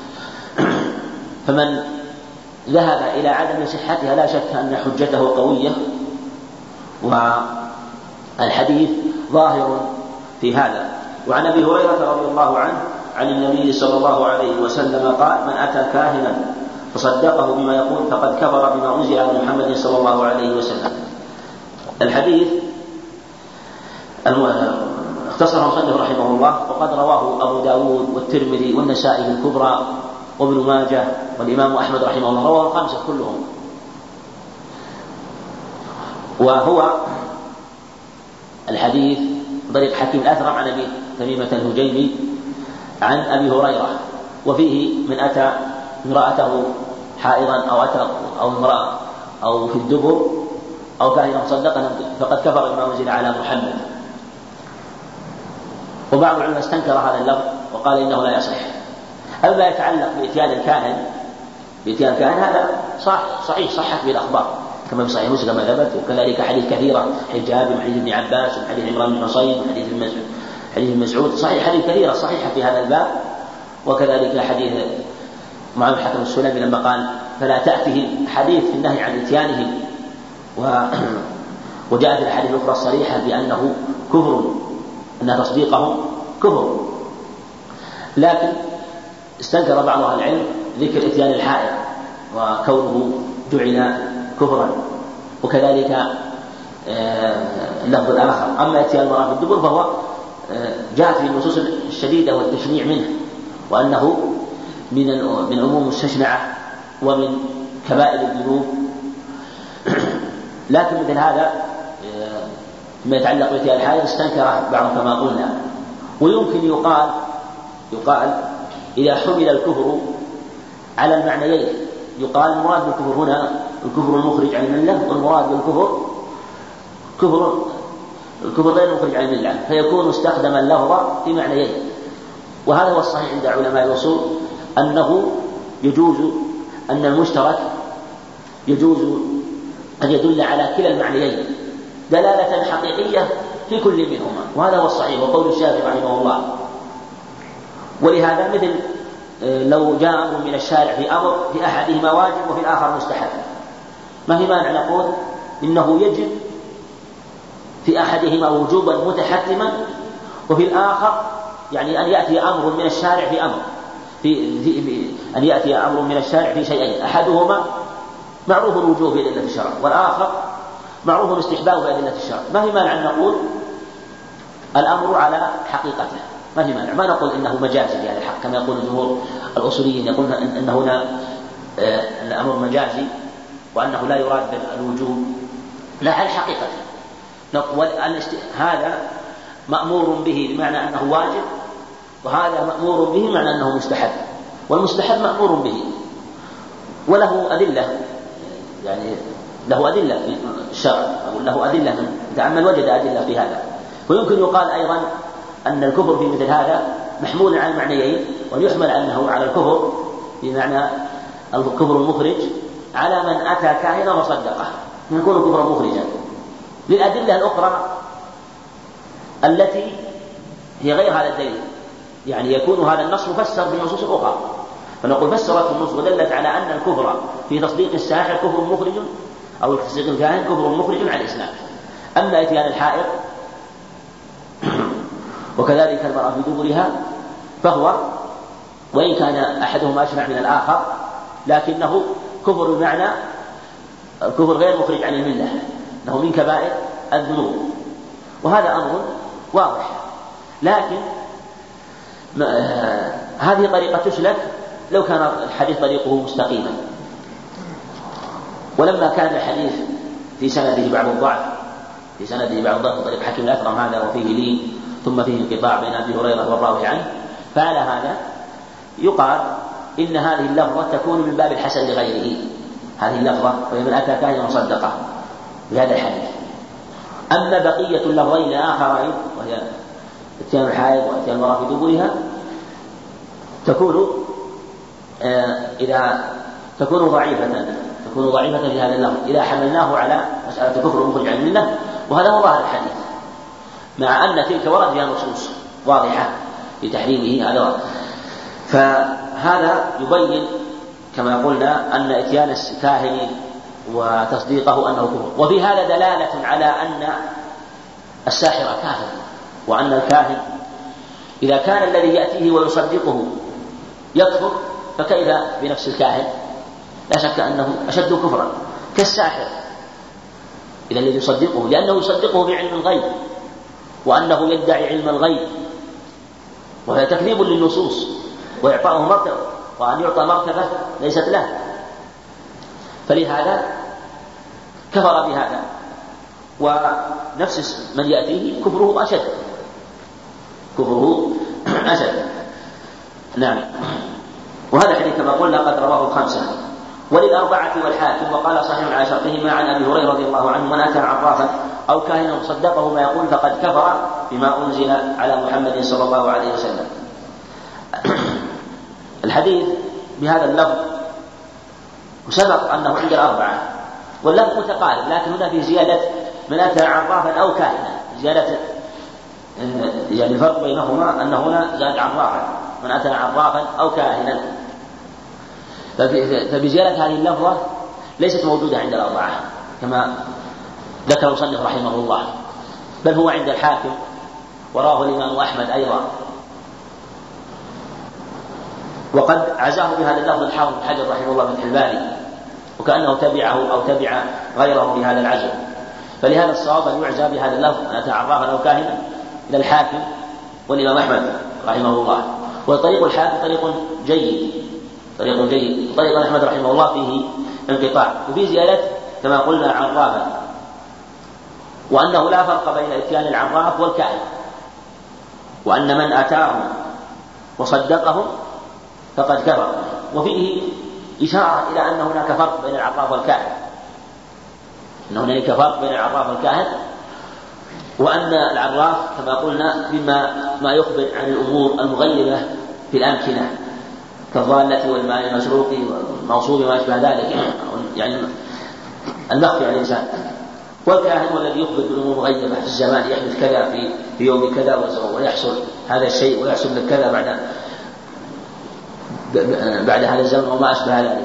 فمن ذهب إلى عدم صحتها لا شك أن حجته قوية، والحديث ظاهر في هذا. وعن أبي هريرة رضي الله عنه عن النبي صلى الله عليه وسلم قال من أتى كاهنا فصدقه بما يقول فقد كفر بما أنزل على محمد صلى الله عليه وسلم. الحديث اختصره المصنف رحمه الله، وقد رواه أبو داود والترمذي والنسائي في الكبرى وابن ماجه والإمام أحمد رحمه الله، رواه الخمسة كلهم. وهو الحديث طريق حكيم الأثرم عن أبي تميمة الهجيمي عن أبي هريرة، وفيه من أتى امرأته حائضا أو أتى أو امرأة أو في الدبر أو كاهنا مصدقا فقد كفر بما أنزل على محمد. وبعض العلماء استنكر هذا اللفظ وقال إنه لا يصح. أما يتعلق بإتيان الكاهن بإتيان الكاهن هذا صح صحيح صحت به الأخبار كما في صحيح مسلم ثبت، وكذلك حديث كثيرة حديث جابر وحديث ابن عباس وحديث عمران بن حصين وحديث حديث مسعود صحيح، حديث كثيرة صحيحة في هذا الباب. وكذلك حديث معاذ بن الحكم السلمي لما قال فلا تأته حديث في النهي عن إتيانهم، وجاءت الأحاديث الأخرى الصريحة بأنه كفر، أن تصديقهم كفر. لكن استنكر بعض أهل العلم ذكر إتيان الحائض وكونه جعل كفرا، وكذلك اللفظ الآخر. أما إتيان المرأة في الدبر فهو جاءت في النصوص الشديدة والتشنيع منه، وأنه من من عموم المستشنعة ومن كبائر الذنوب. لكن مثل هذا فيما يتعلق بإتيان الحائض استنكره بعض كما قلنا. ويمكن يقال يقال إذا حمل الكفر على المعنيين، يقال المراد بالكفر هنا الكفر المخرج عن الملة، والمراد بالكفر كفر الكفر غير مخرج عن الملة، فيكون استخدم اللفظ في معنيين. وهذا هو الصحيح عند علماء الأصول أنه يجوز أن المشترك يجوز أن يدل على كلا المعنيين دلالة حقيقية في كل منهما، وهذا هو الصحيح وقول الشافعي رحمه الله. ولهذا مثل لو جاء أمر من الشارع في أمر في أحدهما واجب وفي الآخر مستحب، ما في مانع نقول إنه يجب في أحدهما وجوبا متحتما، وفي الآخر يعني أن يأتي أمر من الشارع في أمر في, في, في أن يأتي أمر من الشارع في شيئين، أحدهما معروف الوجوب بأدلة الشرع والآخر معروف الاستحباب بأدلة الشرع، ما في مانع أن نقول الأمر على حقيقته، ما في مانع، ما نقول إنه مجازي بهذا الحق كما يقول جمهور الأصوليين، يقولون أن هنا الأمر مجازي وأنه لا يراد بالوجوب، لا على حقيقته. هذا مأمور به بمعنى أنه واجب، وهذا مأمور به بمعنى أنه مستحب، والمستحب مأمور به وله أدلة، يعني له أدلة في الشرع أو له أدلة من تأمل وجد أدلة في هذا. ويمكن يقال أيضا أن الكفر في مثل هذا محمول على المعنيين، ويحمل أنه على الكفر بمعنى الكفر المخرج على من أتى كاهنا وصدقه، يكون كفرا مخرجا للأدلة الأخرى التي هي غير هذا الدليل، يعني يكون هذا النص مفسر بالنصوص الأخرى، فنقول فسرت النصوص ودلت على أن الكفر في تصديق الساحر كفر مخرج أو تصديق الكاهن كفر مخرج عن الإسلام. أما إتيان الحائض وكذلك المرأة في دبرها فهو وإن كان أحدهما أشنع من الآخر لكنه كفر بمعنى الكفر غير مخرج عن الملة، أنه من كبائر الذنوب، وهذا أمر واضح. لكن هذه طريقة تسلك لو كان الحديث طريقه مستقيما، ولما كان الحديث في سنده بعض الضعف في سنده بعض الضعف طريق حكيم الأثرم هذا وفيه لين ثم فيه انقطاع بين أبي هريرة والراوي عنه، فعلى هذا يقال إن هذه اللفظة تكون من باب الحسن لغيره، هذه اللفظة وهي من أتى كاهنا وصدقه بهذا الحديث. أما بقية اللفظين الآخرين وهي اتيان الحائض واتيان المرأة في دبرها تكون آه إذا تكون ضعيفة تكون ضعيفة في هذا اللفظ إذا حملناه على مسألة كفر مخرج عن الملة، وهذا هو ظاهر الحديث، مع أن تلك ورد فيها نصوص واضحة في تحريمه هذا. فهذا يبين كما قلنا أن اتيان الكاهن وتصديقه أنه كفر، وفي هذا دلالة على أن الساحر كافر، وأن الكاهن إذا كان الذي يأتيه ويصدقه يكفر فكيف بنفس الكاهن؟ لا شك أنه أشد كفرا كالساحر إذا الذي يصدقه، لأنه يصدقه بعلم الغيب وأنه يدعي علم الغيب، وهذا تكذيب للنصوص وإعطاؤه مرتبة، وأن يعطى مرتبة ليست له، فلهذا كفر بهذا. ونفس من يأتيه كفره أشد كفره أشد نعم. وهذا الحديث كما قلنا قد رواه الخمسة وللأربعة والحاكم، وقال صحيح على شرطهما عن أبي هريرة رضي الله عنه: من أتى عرافا أو كاهنا صدقه ما يقول فقد كفر بما أنزل على محمد صلى الله عليه وسلم. الحديث بهذا اللفظ وسبق أنه عند الأربعة واللفظ متقارب، لكن هنا في زيادة من أتى عرافا أو كاهنا، زيادة يعني الفرق بينهما أن هنا زاد عرافا، من أتى عرافا أو كاهنا، فبزيادة هذه اللفظة ليست موجودة عند الأربعة كما ذكر المصنف رحمه الله، بل هو عند الحاكم وراه الإمام أحمد أيضا، وقد عزاه بهذا اللفظ الحافظ بن حجر رحمه الله في الباري، وكأنه تبعه أو تبع غيره بهذا العزو، فلهذا الصواب أن يعزى بهذا اللفظ أن أتى عرافا أو كاهنا إلى الحاكم والإمام أحمد رحمه الله. وطريق الحاكم طريق جيد طريق جيد طريق أحمد رحمه الله فيه انقطاع، وفي زيادة كما قلنا عرافا، وأنه لا فرق بين اتيان العراف والكاهن، وأن من أتاهم وصدقهم فقد كفر. وفيه إشارة إلى أن هناك فرق بين العراف والكاهن، أن هناك فرق بين العراف والكاهن، وأن العراف كما قلنا مما ما يخبر عن الأمور المغيبة في الأمكنة كالضالة والماء المسروق والموصوب وما أشبه ذلك، يعني المخفي على الإنسان. والكاهن هو الذي يخبر بالأمور المغيبة في الزمان، يحدث كذا في في يوم كذا ويحصل هذا الشيء ويحصل لك كذا بعد بعد هذا الزمن وما أشبه ذلك.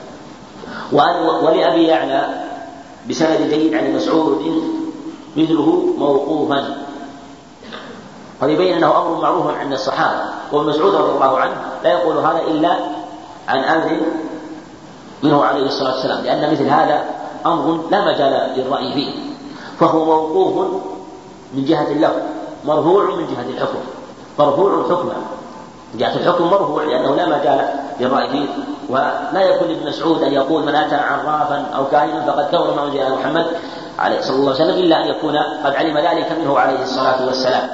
ولأبي يعلى بسند جيد عن مسعود مثله موقوفا، فيبين أنه أمر معروف عند الصحابة. وابن مسعود رضي الله عنه لا يقول هذا إلا عن أمر منه عليه الصلاة والسلام، لأن مثل هذا أمر لا مجال للرأي فيه، فهو موقوف من جهة اللفظ مرفوع من جهة الحكم، مرفوع حكما من جهة الحكم مرفوع لأنه لا مجال للرأي فيه. ولا يكون ابن مسعود أن يقول من أتى عرافا أو كاهنا فقد كفر ما أنزل على محمد عليه صلى الله عليه وسلم، إلا أن يكون قد علم ذلك منه عليه الصلاة والسلام.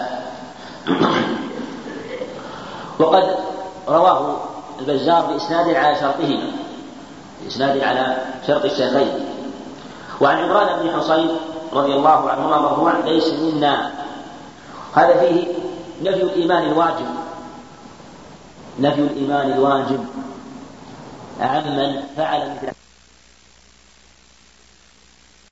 وقد رواه البزار بإسناد على شرطه، بإسناد على شرط الشيخين. وعن عمران بن حصين رضي الله عنهما مرفوعا ليس منا، هذا فيه نفي الإيمان الواجب، نفي الإيمان الواجب عمن فعل مثل